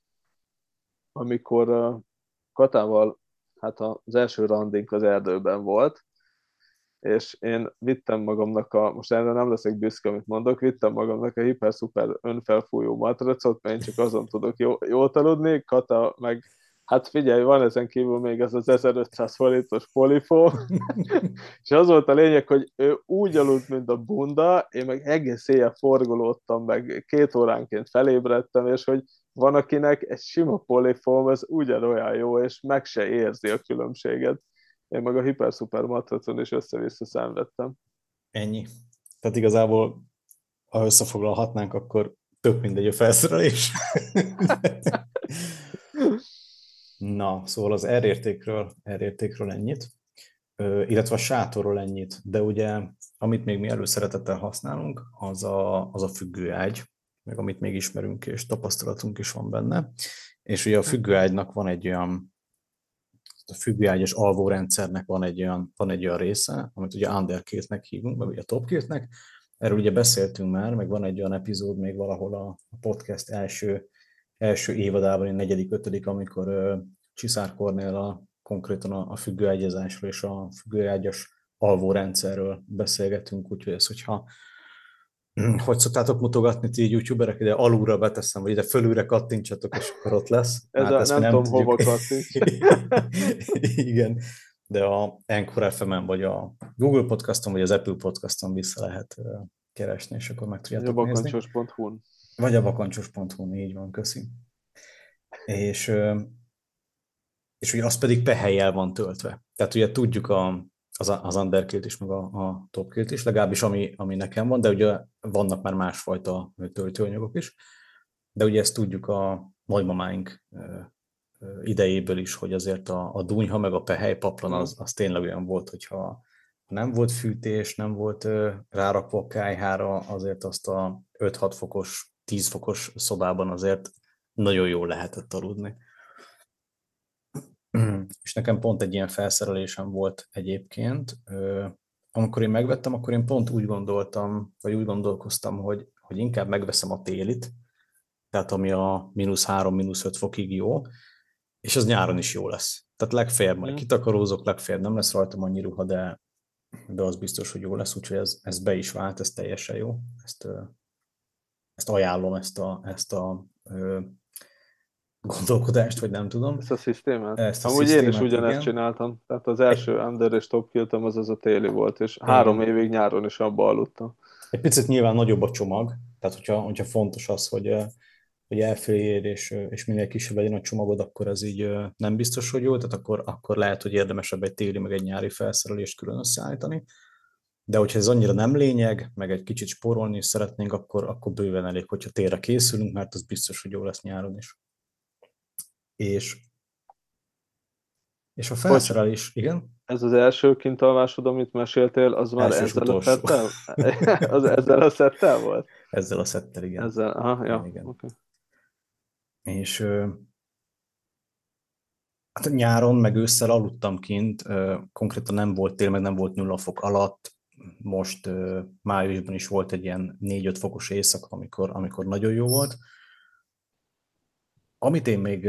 Amikor Katával, hát az első randink az erdőben volt, és én vittem magamnak a, most erre nem leszek büszke, amit mondok, vittem magamnak a hiper-szuper önfelfújó matracot, mert én csak azon tudok jó, jót aludni, Kata meg, hát figyelj, van ezen kívül még ez az ezerötszáz forintos polifóm, és az volt a lényeg, hogy ő úgy aludt, mint a bunda, én meg egész éjjel forgolódtam, meg két óránként felébredtem, és hogy van, akinek egy sima polifóm, ez ugyanolyan jó, és meg se érzi a különbséget. Én meg a hiper-szuper matracon is össze-vissza szenvedtem. Ennyi. Tehát igazából, ha összefoglalhatnánk, akkor tök mindegy a felszerelés. Na, szóval az R-értékről, R-értékről ennyit, illetve a sátorról ennyit, de ugye, amit még mi előszeretettel használunk, az a, az a függőágy, meg amit még ismerünk és tapasztalatunk is van benne, és ugye a függőágynak van egy olyan, a függőágyas alvórendszernek van egy olyan, van egy olyan része, amit ugye underkiltnek hívunk, meg ugye topkiltnek. Erről ugye beszéltünk már, meg van egy olyan epizód még valahol a podcast első, első évadában, a negyedik, ötödik, amikor uh, Csiszár Kornéllal konkrétan a, a függőágyazásról és a függőágyas alvórendszerről beszélgetünk, úgyhogy ez, hogyha hogy szoktátok mutogatni ti youtuberek, ide alulra beteszem, vagy ide fölülre kattintsatok, és akkor ott lesz. Ez hát a, nem tudom, hova kattintsak. Igen. de a Anchor ef em-en, vagy a Google Podcaston, vagy az Apple Podcaston vissza lehet keresni, és akkor meg A tudjátok nézni. bakancsos pont hu-n. Vagy a bakancsos pont hu-n, így van, köszi. És, és ugye az pedig pehelyjel van töltve. Tehát ugye tudjuk a, az, az underkilt is, meg a, a topkilt is, legalábbis ami, ami nekem van, de ugye vannak már másfajta töltőanyagok is. De ugye ezt tudjuk a nagymamáink idejéből is, hogy azért a, a dunyha meg a pehely paplan az, az tényleg olyan volt, hogyha nem volt fűtés, nem volt ö, rárakva a kályhára, azért azt a öt-hat fokos, tíz fokos szobában azért nagyon jól lehetett aludni. És nekem pont egy ilyen felszerelésem volt egyébként. Ö, amikor én megvettem, akkor én pont úgy gondoltam, vagy úgy gondolkoztam, hogy, hogy inkább megveszem a télit, tehát ami a mínusz három, mínusz öt fokig jó, és az nyáron is jó lesz. Tehát legfeljebb majd kitakarózok, legfeljebb nem lesz rajtam annyi ruha, de, de az biztos, hogy jó lesz, úgyhogy ez, ez be is vált, ez teljesen jó. Ezt, ezt ajánlom, ezt a, ezt a gondolkodást, vagy nem tudom. Ezt a szisztémát? Ezt a Amúgy szisztémát, én is ugyanezt igen. csináltam. Tehát az első egy... under és top kiltem az az a téli volt, és igen. három évig nyáron is abba aludtam. Egy picit nyilván nagyobb a csomag, tehát hogyha, hogyha fontos az, hogy, hogy elférjél, és, és minél kisebb legyen a csomagod, akkor ez így nem biztos, hogy jó, tehát akkor, akkor lehet, hogy érdemesebb egy téli, meg egy nyári felszerelést külön összeállítani. De hogyha ez annyira nem lényeg, meg egy kicsit spórolni is szeretnénk, akkor, akkor bőven elég, hogyha térre készülünk, mert az biztos, hogy jó lesz nyáron is. És, és a felszerelés, hogy igen? Ez az első kintalvásod, amit meséltél, az már Első ezzel utolsó. a szettel? az ezzel a szettel volt? Ezzel a szettel, igen. Ezzel, aha, ja, igen. Okay. És hát nyáron, meg ősszel aludtam kint, konkrétan nem volt tél, meg nem volt nulla fok alatt. Most májusban is volt egy ilyen négy-öt fokos éjszaka, amikor, amikor nagyon jó volt. Amit én még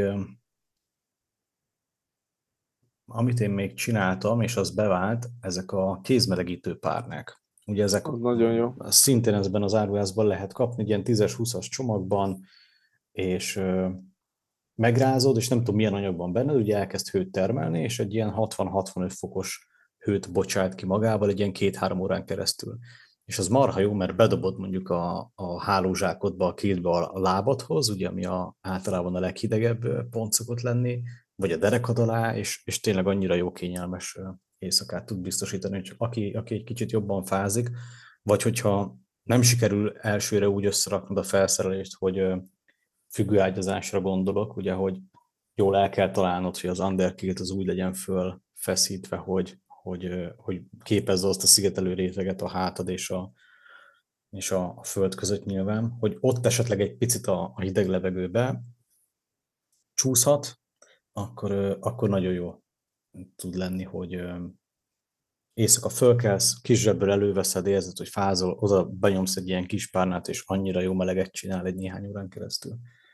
amit én még csináltam, és az bevált, ezek a kézmelegítő párnák. Ugye ezek az nagyon jó. Szintén ezben az áruházban lehet kapni, egy ilyen tízes-húszas csomagban, és megrázod, és nem tudom milyen anyag van benned, ugye elkezd hőt termelni, és egy ilyen hatvan-hatvanöt fokos hőt bocsát ki magával egy ilyen két-három órán keresztül. És az marha jó, mert bedobod mondjuk a, a hálózsákodba, a kétbe a lábadhoz, ugye, ami a, általában a leghidegebb pont szokott lenni, vagy a derekad alá, és, és tényleg annyira jó kényelmes éjszakát tud biztosítani, hogy aki, aki egy kicsit jobban fázik, vagy hogyha nem sikerül elsőre úgy összeraknod a felszerelést, hogy függőágyazásra gondolok, ugye, hogy jól el kell találnod, hogy az underkilt az úgy legyen föl feszítve, hogy, hogy, hogy képezze azt a szigetelő réteget a hátad és a, és a föld között nyilván, hogy ott esetleg egy picit a, a hideg levegőbe csúszhat, akkor, akkor nagyon jó tud lenni, hogy éjszaka fölkelsz, kis zsebből előveszed, érzed, hogy fázol, oda benyomsz egy ilyen kis párnát, és annyira jó meleget csinál egy néhány órán keresztül.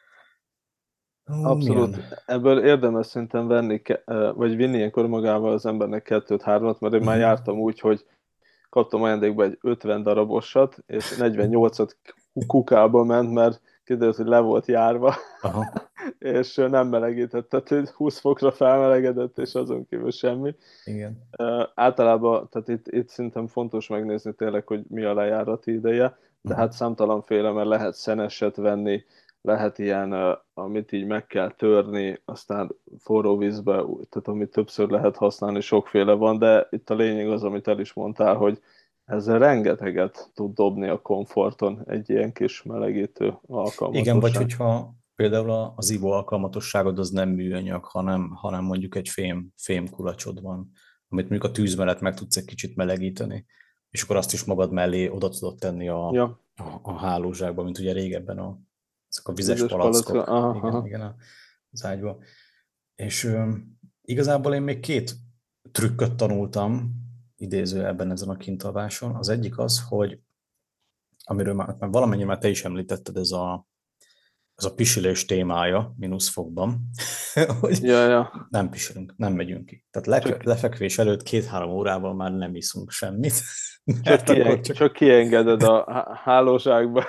Ó, Abszolút. milyen? Ebből érdemes szerintem venni, vagy vinni ilyenkor magával az embernek kettőt-hármat, mert én már jártam úgy, hogy kaptam ajándékba egy ötven darabosat, és negyvennyolcat kukába ment, mert kiderült, hogy le volt járva. Aha. És nem melegített, tehát hogy húsz fokra felmelegedett, és azon kívül semmi. Igen. Uh, általában, tehát itt, itt szerintem fontos megnézni tényleg, hogy mi a lejárati ideje, de uh-huh. hát számtalanféle, mert lehet szeneset venni, lehet ilyen, uh, amit így meg kell törni, aztán forró vízbe, tehát amit többször lehet használni, sokféle van, de itt a lényeg az, amit el is mondtál, hogy ezzel rengeteget tud dobni a komforton egy ilyen kis melegítő alkalmatosság. Igen, vagy hogyha például az ivó alkalmatosságod az nem műanyag, hanem, hanem mondjuk egy fém, fém kulacsod van, amit mondjuk a tűz mellett meg tudsz egy kicsit melegíteni, és akkor azt is magad mellé oda tudod tenni a, ja. a, a hálózsákba, mint ugye régebben a, ezek a vizes, vizes palackok. Aha, igen, aha. igen, az ágyba. És um, igazából én még két trükköt tanultam, idéző ebben ezen a kintalváson. Az egyik az, hogy amiről már, már valamennyire már te is említetted, ez a, ez a pisilés témája, mínuszfokban, hogy ja, ja. nem pisilünk, nem megyünk ki. Tehát le, csak, lefekvés előtt két-három órával már nem iszunk semmit. Csak, kieng, csak... csak kiengeded a hálózsákba.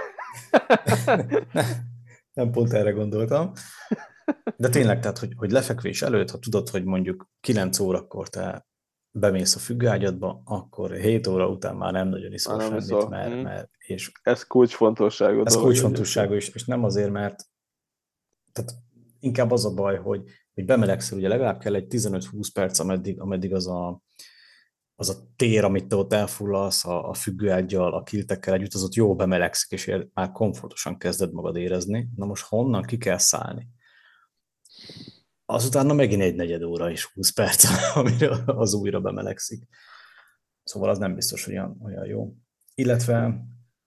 Nem pont erre gondoltam. De tényleg, tehát, hogy, hogy lefekvés előtt, ha tudod, hogy mondjuk kilenc órakor te bemész a függőágyadba, akkor hét óra után már nem nagyon Már iszol nem semmit, iszol. mert, Hm. mert és Ez kulcsfontosságú ez dolog egyébként. kulcsfontosságú, és, és nem azért, mert tehát inkább az a baj, hogy, hogy bemelegszel, ugye legalább kell egy tizenöt-húsz perc, ameddig, ameddig az a, az a tér, amit te ott elfullalsz a, a függőággyal, a kiltekkel együtt, az ott jó bemelegszik, és ér, már komfortosan kezded magad érezni. Na most honnan ki kell szállni? Azután megint egy negyed óra és húsz perc, amire az újra bemelegszik. Szóval az nem biztos, hogy olyan, olyan jó. Illetve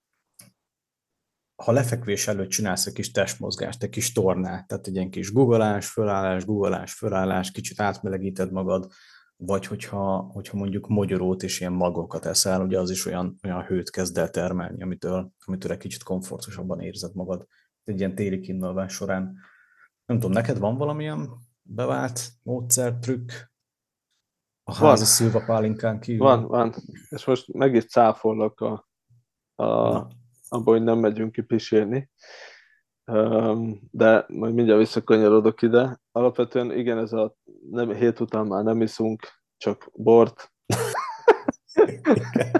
ha lefekvés előtt csinálsz egy kis testmozgást, egy kis tornát, tehát egy ilyen kis guggolás, fölállás, guggolás, fölállás, kicsit átmelegíted magad, vagy hogyha, hogyha mondjuk mogyorót és ilyen magokat eszel, ugye az is olyan, olyan hőt kezd el termelni, amitől, amitől egy kicsit komfortosabban érzed magad egy ilyen téli kínálvás során. Nem tudom, neked van valamilyen bevált módszer, trükk a Van, házi szilvapálinkán van, kívül? van. És most meg is cáfollak a, a, Na, abba, hogy nem megyünk ki pisilni. Öm, de majd mindjárt visszakanyarodok ide. Alapvetően igen, ez a nem, hét után már nem iszunk, csak bort. igen.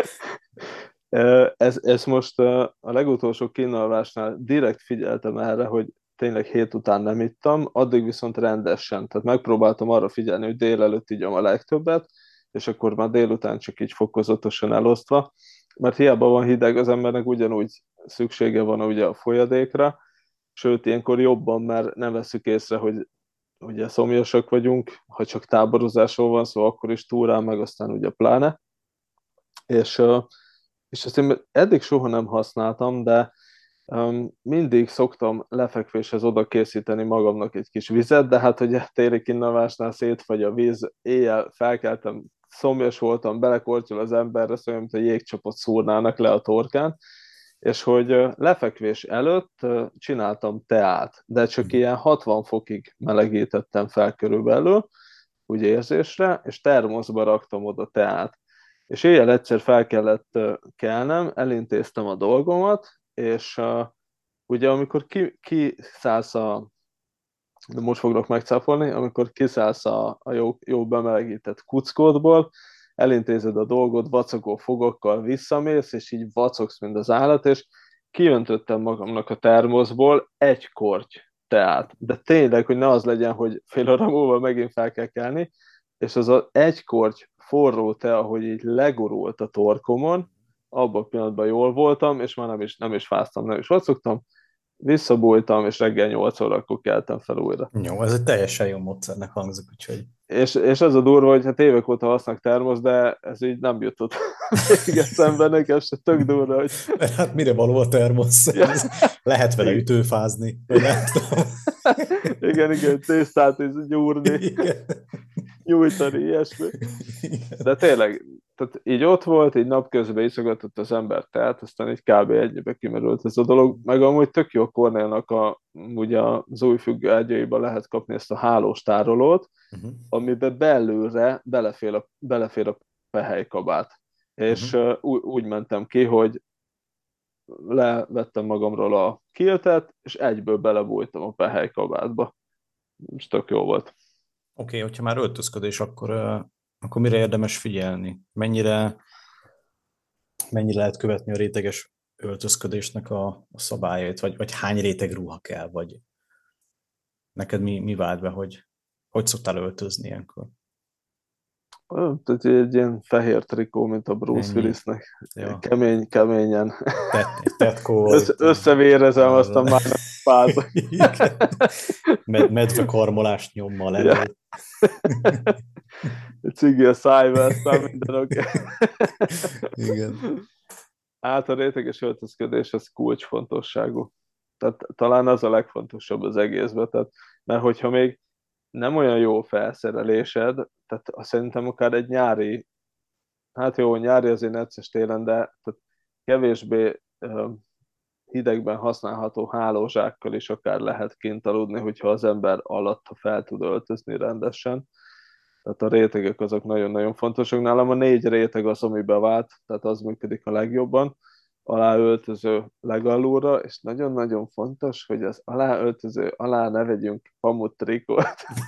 Ö, Ez, ez most ö, a legutolsó kínálvásnál direkt figyeltem erre, hogy tényleg hét után nem ittam, addig viszont rendesen. Tehát megpróbáltam arra figyelni, hogy délelőtt igyom a legtöbbet, és akkor már délután csak így fokozatosan elosztva, mert hiába van hideg, az embernek ugyanúgy szüksége van ugye a folyadékra, sőt, ilyenkor jobban, mert nem veszük észre, hogy ugye szomjasak vagyunk, ha csak táborozásról van szó, akkor is túrán, meg aztán ugye pláne. És, ö, és ezt én eddig soha nem használtam, de um, mindig szoktam lefekvéshez oda készíteni magamnak egy kis vizet, de hát ugye téli kinnavásnál szétfagy a víz, éjjel felkeltem, szomjas voltam, belekortyol az emberre, szóval, mint a jégcsapot szúrnának le a torkán, és hogy ö, lefekvés előtt ö, csináltam teát, de csak ilyen hatvan fokig melegítettem fel körülbelül, úgy érzésre, és termoszba raktam oda teát. És éjjel egyszer fel kellett ö, kelnem, elintéztem a dolgomat, és uh, ugye amikor ki, kiszállsz a, de most foglak megcáfolni, amikor kiszállsz a, a jó, jó bemelegített kuckódból, elintézed a dolgot, vacogó fogokkal visszamész, és így vacogsz, mint az állat, és kiöntöttem magamnak a termoszból egy korty teát. De tényleg, hogy ne az legyen, hogy fél óra múlva megint fel kell kelni, és az a egy korty forró tea, ahogy így legurult a torkomon, abban a pillanatban jól voltam, és már nem is, nem is fáztam, nem is vacogtam, visszabújtam, és reggel nyolc órakor keltem fel újra. Jó, ez egy teljesen jó módszernek hangzik, úgyhogy És, és az a durva, hogy hát évek óta használok termosz, de ez így nem jutott még eszembe, nekem se tök durva, hogy... mert hát mire való a termosz? Ja. Lehet vele ütőfázni, vagy nem tudom. Igen, igen, tésztát is gyúrni, Igen. nyújtani, ilyesmi. Igen. De tényleg, tehát így ott volt, így napközben iszogatott az ember teát, aztán így kb. Ennyibe kimerült ez a dolog. Meg amúgy tök jó Cornellnak a, ugye az új függő ágyaiba lehet kapni ezt a hálós tárolót, Uh-huh. amiben belülre belefér a, belefér a pehelykabát. És Uh-huh. uh, úgy, úgy mentem ki, hogy levettem magamról a kiltet, és egyből belebújtam a pehelykabátba. És tök jó volt. Oké, okay, hogyha már öltözködés, akkor, uh, akkor mire érdemes figyelni? Mennyire, mennyire lehet követni a réteges öltözködésnek a, a szabályait, vagy, vagy hány réteg ruha kell, vagy neked mi, mi vált be, hogy hogy szoktál öltözni ilyenkor? Tehát egy ilyen fehér trikó, mint a Bruce Ennyi. Willisnek. Ja. Kemény, keményen. Tet, tetkó, Össze, összevérezem, aztán már nem fázok. Med, medve karmolást nyommal Ja. előtt. Cigi a szájba, aztán minden oké. Igen. Hát a réteges öltözködés az kulcsfontosságú. Tehát talán az a legfontosabb az egészben. Tehát, mert hogyha még nem olyan jó felszerelésed, tehát azt szerintem akár egy nyári, hát jó, nyári azért necces télen, de tehát kevésbé uh, hidegben használható hálózsákkal is akár lehet kint aludni, hogyha az ember alatta fel tud öltözni rendesen. Tehát a rétegek azok nagyon-nagyon fontosak. Nálam a négy réteg az, ami bevált, tehát az működik a legjobban. Aláöltöző legalulra, és nagyon-nagyon fontos, hogy az aláöltöző alá ne vegyünk pamut trikót,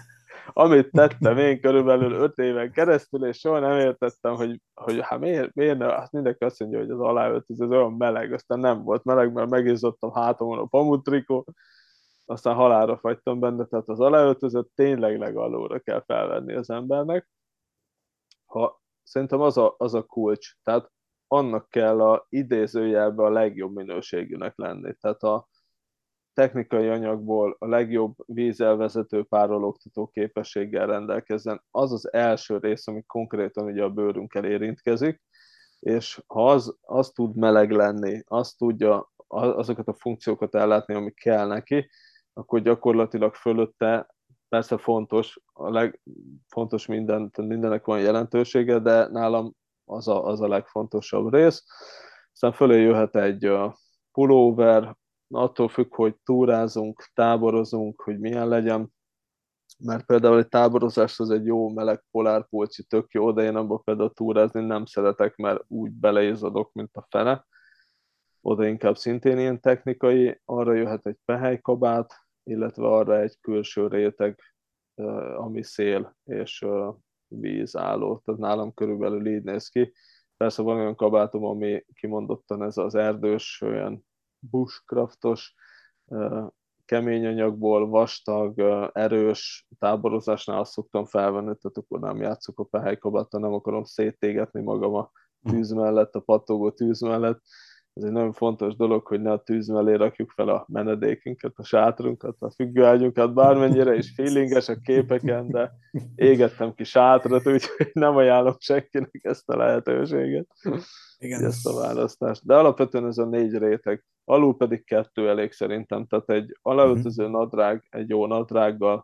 amit tettem én körülbelül öt éven keresztül, és soha nem értettem, hogy, hogy hát miért, miért ne, azt mindenki azt mondja, hogy az aláöltöző az olyan meleg, aztán nem volt meleg, mert megizzadtam hátamon a pamuttrikó, aztán halálra fagytam benne, tehát az aláöltözőt tényleg legalóra kell felvenni az embernek. Ha, szerintem az a, az a kulcs, tehát annak kell a idézőjelben a legjobb minőségűnek lenni. Tehát a technikai anyagból a legjobb vízelvezető párologtató képességgel rendelkezzen. Az az első rész, ami konkrétan ugye a bőrünkkel érintkezik, és ha az, az tud meleg lenni, azt tudja azokat a funkciókat ellátni, ami kell neki, akkor gyakorlatilag fölötte persze fontos, a legfontos minden, mindennek van jelentősége, de nálam az a, az a legfontosabb rész. Aztán fölé jöhet egy pulóver, attól függ, hogy túrázunk, táborozunk, hogy milyen legyen, mert például egy táborozás az egy jó meleg polárpulcsi, tök jó, de én abban például túrázni nem szeretek, mert úgy beleizadok, mint a fene. Oda inkább szintén ilyen technikai, arra jöhet egy pehelykabát, illetve arra egy külső réteg, ami szél és vízálló. Tehát nálam körülbelül így néz ki. Persze van olyan kabátom, ami kimondottan ez az erdős, olyan bushcraftos, kemény anyagból, vastag, erős táborozásnál azt szoktam felvenni, tehát akkor nem játszok a pehelykabáttal, nem akarom széttégetni magam a tűz mellett, a pattogó tűz mellett. Ez egy nagyon fontos dolog, hogy ne a tűz mellé rakjuk fel a menedékünket, a sátrunkat, a függőágyunkat, bármennyire is feelinges a képeken, de égettem ki sátrat, úgyhogy nem ajánlok senkinek ezt a lehetőséget, Igen. ezt a választást. De alapvetően ez a négy réteg, alul pedig kettő elég szerintem, tehát egy aláöltöző uh-huh. nadrág, egy jó nadrággal,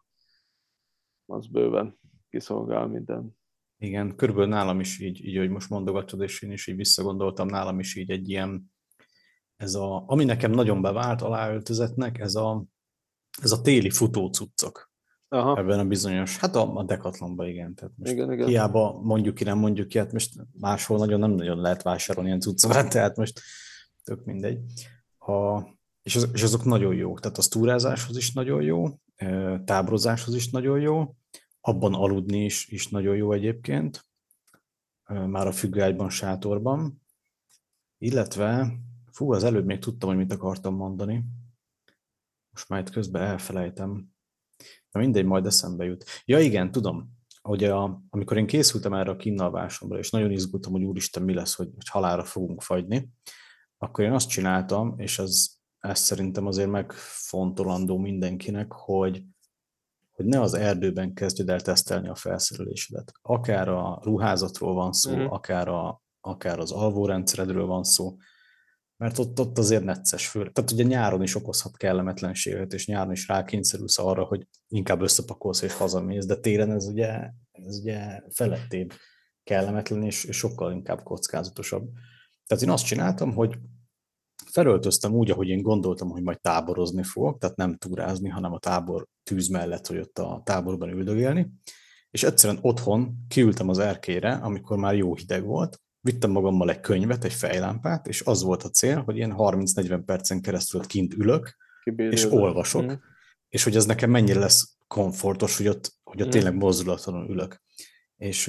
az bőven kiszolgál minden. Igen, körülbelül nálam is így, így, hogy most mondogatod, és én is így visszagondoltam, nálam is így egy ilyen, ez a, ami nekem nagyon bevált aláöltözetnek, ez a, ez a téli futócuccok. Aha. Ebben a bizonyos, hát a, a Decathlonban igen. Tehát most igen, igen. hiába mondjuk ki, nem mondjuk ki, hát most máshol nagyon nem nagyon lehet vásárolni ilyen cuccokat, tehát most tök mindegy. A, és, az, és azok nagyon jók, tehát a túrázáshoz is nagyon jó, táborozáshoz is nagyon jó, abban aludni is, is nagyon jó egyébként, már a függőágyban, sátorban, illetve, fú, az előbb még tudtam, hogy mit akartam mondani, most már itt közben elfelejtem, de mindegy, majd eszembe jut. Ja igen, tudom, hogy a, amikor én készültem erre a kínalvásomra, és nagyon izgultam, hogy úristen, mi lesz, hogy, hogy halálra fogunk fagyni, akkor én azt csináltam, és ez, ez szerintem azért megfontolandó mindenkinek, hogy hogy ne az erdőben kezdjed el tesztelni a felszerelésedet. Akár a ruházatról van szó, uh-huh. akár, a, akár az alvórendszeredről van szó, mert ott, ott azért necces fő. Tehát ugye nyáron is okozhat kellemetlenséget, és nyáron is rákényszerülsz arra, hogy inkább összepakolsz és hazamész, de télen ez ugye, ez ugye felettébb kellemetlen, és, és sokkal inkább kockázatosabb. Tehát én azt csináltam, hogy felöltöztem úgy, ahogy én gondoltam, hogy majd táborozni fogok, tehát nem túrázni, hanem a tábor tűz mellett, hogy ott a táborban üldögélni, és egyszerűen otthon kiültem az erkélyre, amikor már jó hideg volt, vittem magammal egy könyvet, egy fejlámpát, és az volt a cél, hogy én harminc-negyven percen keresztül ott kint ülök, Kibírjözök. és olvasok, mm. és hogy ez nekem mennyire lesz komfortos, hogy ott, hogy ott mm. tényleg mozdulatlanul ülök. És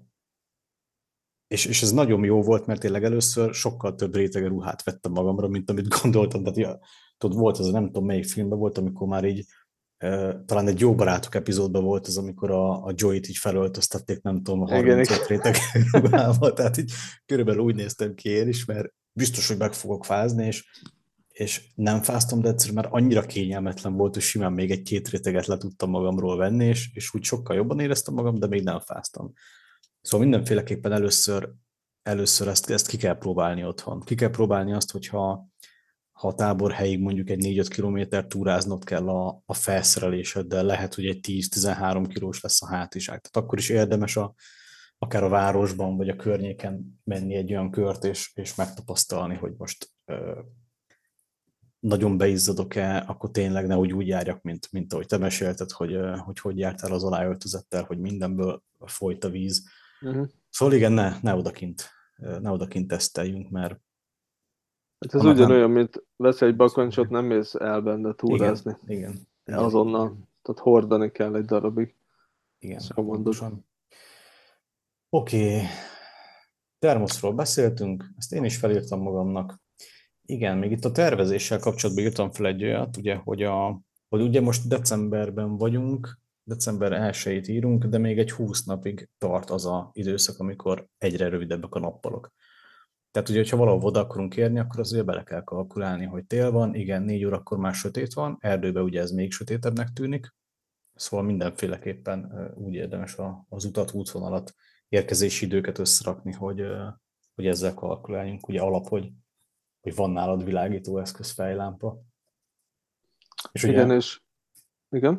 És, és ez nagyon jó volt, mert tényleg először sokkal több rétege ruhát vettem magamra, mint amit gondoltam. Tehát ja, tudod, volt az, nem tudom melyik filmben volt, amikor már így, e, talán egy Jó barátok epizódban volt az, amikor a, a Joey-t így felöltöztették, nem tudom, a harmincöt réteg ruhával. Tehát így körülbelül úgy néztem ki én is, mert biztos, hogy meg fogok fázni, és, és nem fáztam, de egyszerűen már annyira kényelmetlen volt, hogy simán még egy-két réteget le tudtam magamról venni, és, és úgy sokkal jobban éreztem magam, de még nem fáztam. Szóval mindenféleképpen először, először ezt, ezt ki kell próbálni otthon. Ki kell próbálni azt, hogyha ha a táborhelyig mondjuk egy négy-öt kilométer túráznod kell a, a felszereléseddel, lehet, hogy egy tíz-tizenhárom kilós lesz a hátizsák. Tehát akkor is érdemes a, akár a városban, vagy a környéken menni egy olyan kört, és, és megtapasztalni, hogy most ö, nagyon beizzadok-e, akkor tényleg ne úgy, úgy járjak, mint, mint ahogy te mesélted, hogy, hogy hogy jártál az aláöltözettel, hogy mindenből folyt a víz. Uh-huh. Szóval igen, ne, ne odakint, ne odakint teszteljünk, mert... Hát ez ugyanolyan, nem... mint vesz egy bakancsot, nem mész el benne túrázni. Igen, igen. Azonnal. Tehát hordani kell egy darabig. Igen, Szóval mondod. pontosan. Oké, okay. Termoszról beszéltünk, ezt én is felírtam magamnak. Igen, még itt a tervezéssel kapcsolatban írtam fel egy olyat, ugye, hogy, a, hogy ugye most decemberben vagyunk, december elsejét írunk, de még egy húsz napig tart az az időszak, amikor egyre rövidebbek a nappalok. Tehát ugye, hogyha valahol oda akarunk érni, akkor az ugye bele kell kalkulálni, hogy tél van, igen, négy órakor már sötét van, erdőben ugye ez még sötétebbnek tűnik, szóval mindenféleképpen úgy érdemes az utat, útvonalat, érkezési időket összerakni, hogy, hogy ezzel kalkuláljunk. Ugye alap, hogy, hogy van nálad világító eszköz, fejlámpa. És Igen, ugye, és igen.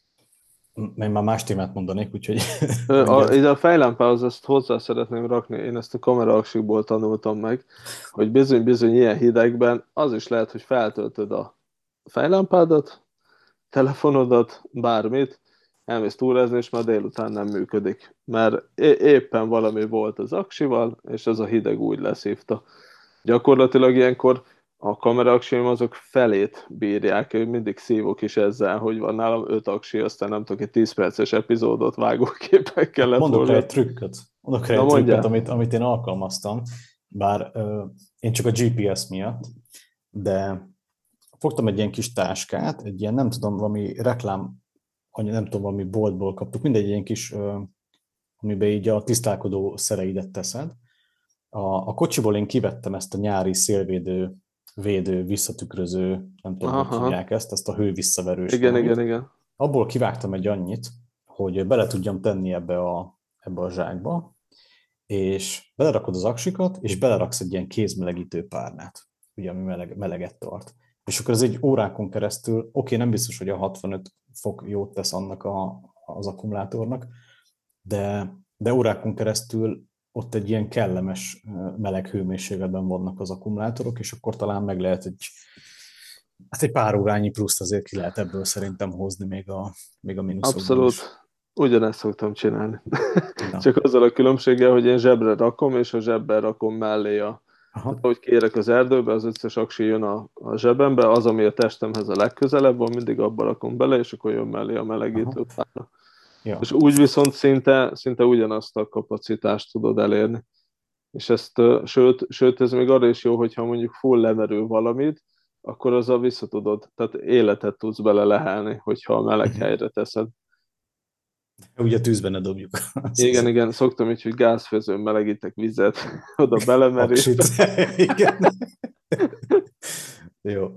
én már más témát mondanék, úgyhogy A, mondjad. ide a fejlámpához ezt hozzá szeretném rakni, én ezt a kameraaksikból tanultam meg, hogy bizony-bizony ilyen hidegben az is lehet, hogy feltöltöd a fejlámpádat, telefonodat, bármit, elmész túrázni, és már délután nem működik. Mert é- éppen valami volt az aksival, és ez a hideg úgy leszívta. Gyakorlatilag ilyenkor a kameraaksim azok felét bírják, én mindig szívok is ezzel, hogy van nálam öt aksi, aztán nem tudok, egy tíz perces epizódot vágóképekkel Mondok rá egy leforgatni. trükköt, mondok rá Na egy trükköt, mondjál. amit, amit én alkalmaztam, bár uh, én csak a gé pé es miatt, de fogtam egy ilyen kis táskát, egy ilyen, nem tudom, valami reklám, nem tudom, valami boltból kaptuk, mindegy ilyen kis, uh, amiben így a tisztálkodó szereidet teszed. A, a kocsiból én kivettem ezt a nyári szélvédő, védő, visszatükröző, nem tudom, hogy Aha, hívják ezt, ezt a hővisszaverős igen, igen, valamit. igen. Abból kivágtam egy annyit, hogy bele tudjam tenni ebbe a, ebbe a zsákba, és belerakod az aksikat, és beleraksz egy ilyen kézmelegítő párnát, ugye, ami meleg, meleget tart. És akkor ez egy órákon keresztül, oké, okay, nem biztos, hogy a hatvanöt fok jót tesz annak a, az akkumulátornak, de, de órákon keresztül ott egy ilyen kellemes meleg hőmérsékletben vannak az akkumulátorok, és akkor talán meg lehet egy, hát egy pár órányi pluszt azért ki lehet ebből szerintem hozni még a, még a mínuszokból is. Abszolút. Ugyanezt szoktam csinálni. Na. Csak azzal a különbséggel, hogy én zsebre rakom, és a zsebben rakom mellé a... Aha. Tehát ahogy kérek az erdőbe, az összes aksi jön a, a zsebembe, az, ami a testemhez a legközelebb van, mindig abba rakom bele, és akkor jön mellé a Aha. melegítő párna. Ja. És úgy viszont szinte, szinte ugyanazt a kapacitást tudod elérni. És ezt, sőt, sőt, ez még arra is jó, hogyha mondjuk full lemerül valamit, akkor azzal vissza tudod, tehát életet tudsz bele lehelni, hogyha a meleg helyre teszed. Ugye tűzben ne dobjuk. Igen, igen, szoktam így, hogy gázfőzőn melegítek vizet, oda belemerítem. Igen. Jó.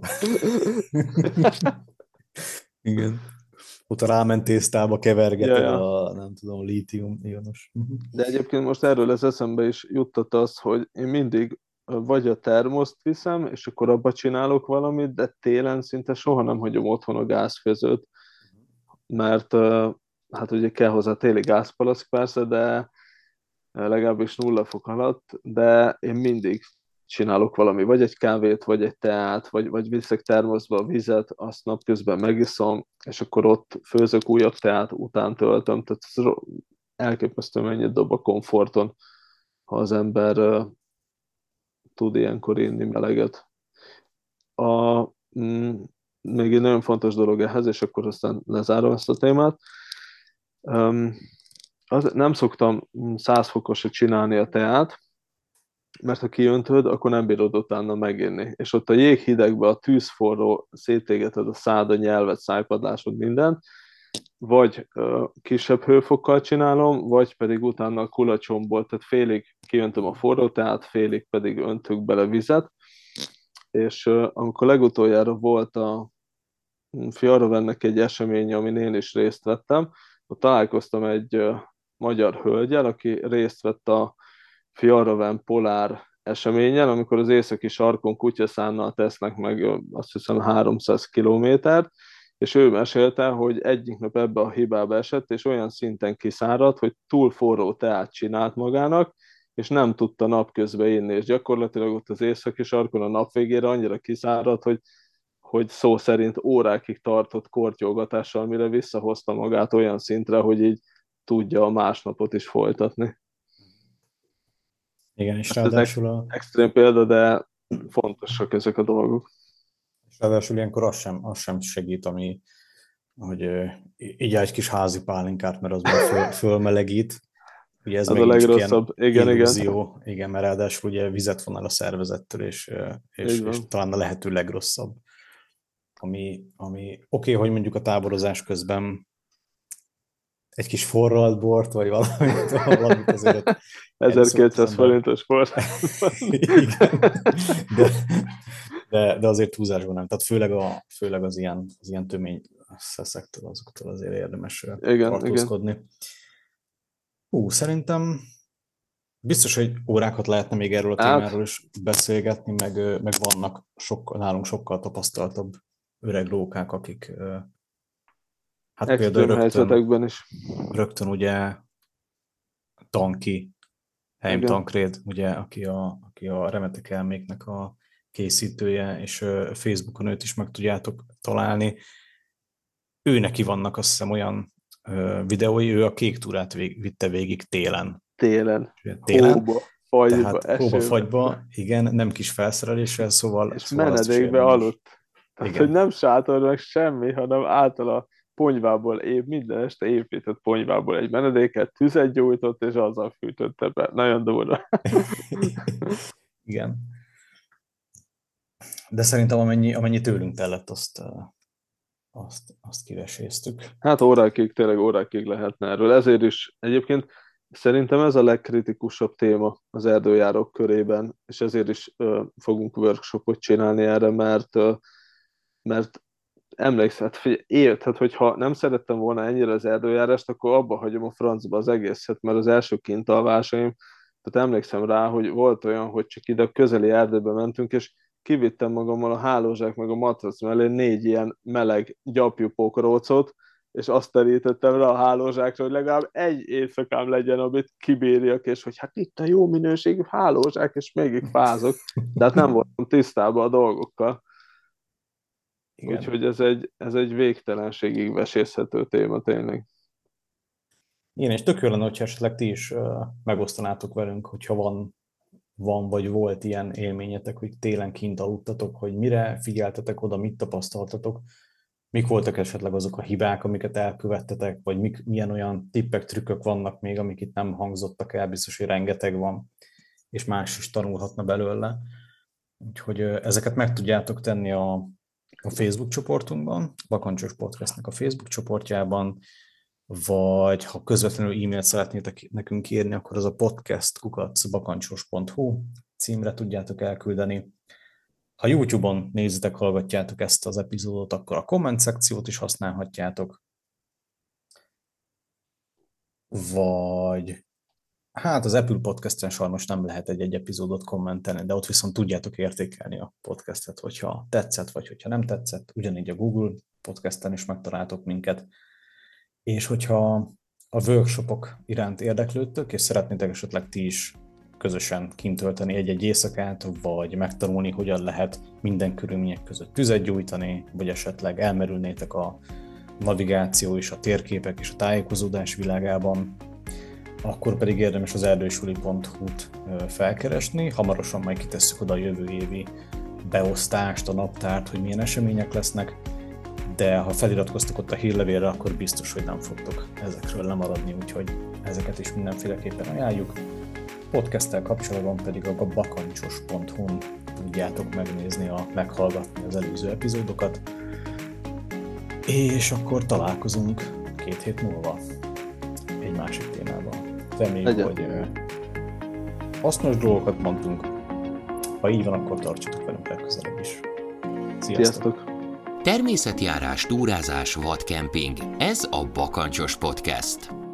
Igen. Ott a rámen tésztába kevergeted Ja, ja. a, nem tudom, lítium ionos. De egyébként most erről az eszembe is juttat az, hogy én mindig vagy a termoszt viszem, és akkor abba csinálok valamit, de télen szinte soha nem hagyom otthon a gázfőzőt, mert hát ugye kell hozzá téli gázpalack persze, de legalábbis nulla fok alatt, de én mindig csinálok valami, vagy egy kávét, vagy egy teát, vagy, vagy viszek termoszba a vizet, azt napközben megiszom, és akkor ott főzök újabb teát, után töltöm, tehát ez elképesztő mennyit dob a komforton, ha az ember uh, tud ilyenkor inni meleget. A, mm, még egy nagyon fontos dolog ehhez, és akkor aztán lezárom ezt a témát. Um, az, nem szoktam száz fokosra csinálni a teát, mert ha kiöntöd, akkor nem bírod utána meginni. És ott a jéghidegben a tűzforró szétégeted a szád, a nyelvet, szájpadlásod, minden, vagy ö, kisebb hőfokkal csinálom, vagy pedig utána a kulacsomból, tehát félig kiöntöm a forró teát, félig pedig öntök bele vizet, és ö, amikor legutoljára volt a Fjarovennek egy esemény, amin én is részt vettem, ott találkoztam egy ö, magyar hölgyel, aki részt vett a Fjallraven polár eseményen, amikor az északi sarkon kutyaszánnal tesznek meg azt hiszem háromszáz kilométert, és ő mesélte, hogy egyik nap ebbe a hibába esett, és olyan szinten kiszáradt, hogy túl forró teát csinált magának, és nem tudta napközben inni, és gyakorlatilag ott az északi sarkon a nap végére annyira kiszáradt, hogy, hogy szó szerint órákig tartott kortyolgatással, mire visszahozta magát olyan szintre, hogy így tudja a másnapot is folytatni. Igen, és Hát ez egy ráadásul, a, extrém példa, de fontosak ezek a dolgok. és ráadásul ilyenkor az sem, az sem segít, ami, hogy így egy kis házi pálinkát, mert az már föl, fölmelegít. Ugye ez az még a nincs legrosszabb. Igen, illúzió, igen. igen, mert ráadásul ugye vizet von el a szervezettől, és, és, és talán a lehető legrosszabb. Ami, ami oké, okay, hogy mondjuk a táborozás közben egy kis forralt bort, vagy valamit, valamit azért ezerkétszáz forintos bor. Igen, de, de, de azért túlzásban nem. Tehát főleg, a, főleg az ilyen, az ilyen tömény szeszektől, azoktól azért érdemes igen, tartózkodni. Igen. Hú, szerintem biztos, hogy órákat lehetne még erről a témáról is beszélgetni, meg, meg vannak sokkal, nálunk sokkal tapasztaltabb öreg rókák, akik hát extrém például helyzetekben is. Rögtön ugye Tanki, Heim Tankréd, ugye, aki a, aki a Remetek elméknek a készítője, és Facebookon őt is meg tudjátok találni. Ő neki vannak azt hiszem olyan videói, ő a kék túrát vég, vitte végig télen. Télen. Télen. Hóba, fagyba, tehát hóba, fagyba, igen, nem kis felszereléssel, szóval... És szóval menedékbe aludt. Tehát, hogy nem sátor meg semmi, hanem általa ponyvából épp, minden este épített ponyvából egy menedéket, tüzet gyújtott, és azzal fűtötte be. Nagyon durva. Igen. De szerintem amennyi, amennyi tőlünk tellett, azt, azt, azt kiveséztük. Hát órákig, tényleg órákig lehetne erről. Ezért is egyébként szerintem ez a legkritikusabb téma az erdőjárók körében, és ezért is uh, fogunk workshopot csinálni erre, mert, uh, mert emlékszem, figyelj, tehát hogyha nem szerettem volna ennyire az erdőjárást, akkor abba hagyom a francba az egészet, mert az első kintalvásaim, tehát emlékszem rá, hogy volt olyan, hogy csak ide a közeli erdőbe mentünk, és kivittem magammal a hálózsák meg a matrac mellé négy ilyen meleg gyapjú pókrócot, és azt terítettem rá a hálózsákra, hogy legalább egy éjszakám legyen, amit kibírjak, és hogy hát itt a jó minőségű hálózsák, és mégig fázok. De hát nem voltam tisztában a dolgokkal. Igen. Úgyhogy ez egy, ez egy végtelenségig vesészhető téma tényleg. Igen, és tök jó lenne, hogyha esetleg ti is uh, megosztanátok velünk, hogyha van, van vagy volt ilyen élményetek, hogy télen kint aludtatok, hogy mire figyeltetek oda, mit tapasztaltatok, mik voltak esetleg azok a hibák, amiket elkövettetek, vagy mik, milyen olyan tippek, trükkök vannak még, amik itt nem hangzottak el, biztos, hogy rengeteg van, és más is tanulhatna belőle. Úgyhogy uh, ezeket meg tudjátok tenni a, a Facebook csoportunkban, Bakancsos Podcastnek a Facebook csoportjában, vagy ha közvetlenül e-mailt szeretnétek nekünk írni, akkor az a podcast kukac bakancsos pont hu címre tudjátok elküldeni. Ha YouTube-on nézitek, hallgatjátok ezt az epizódot, akkor a komment szekciót is használhatjátok. Vagy hát az Apple Podcasten sajnos nem lehet egy-egy epizódot kommentelni, de ott viszont tudjátok értékelni a podcastet, hogyha tetszett, vagy hogyha nem tetszett. Ugyanígy a Google Podcasten is megtaláltok minket. És hogyha a workshopok iránt érdeklődtök, és szeretnétek esetleg ti is közösen kint tölteni egy-egy éjszakát, vagy megtanulni, hogyan lehet minden körülmények között tüzet gyújtani, vagy esetleg elmerülnétek a navigáció és a térképek és a tájékozódás világában, akkor pedig érdemes az erdősuli pont hu-t felkeresni. Hamarosan majd kitesszük oda a jövő évi beosztást, a naptárt, hogy milyen események lesznek, de ha feliratkoztok ott a hírlevélre, akkor biztos, hogy nem fogtok ezekről lemaradni, úgyhogy ezeket is mindenféleképpen ajánljuk. Podcasttel kapcsolatban pedig a bakancsos pont hu-n tudjátok megnézni, a, meghallgatni az előző epizódokat, és akkor találkozunk két hét múlva egy másik témában. Reméljük, Egyen. hogy hasznos dolgokat mondtunk. Ha így van, akkor tartsatok velünk legközelebb is. Sziasztok! Sziasztok. Természetjárás, túrázás, vadkemping. Ez a Bakancsos Podcast.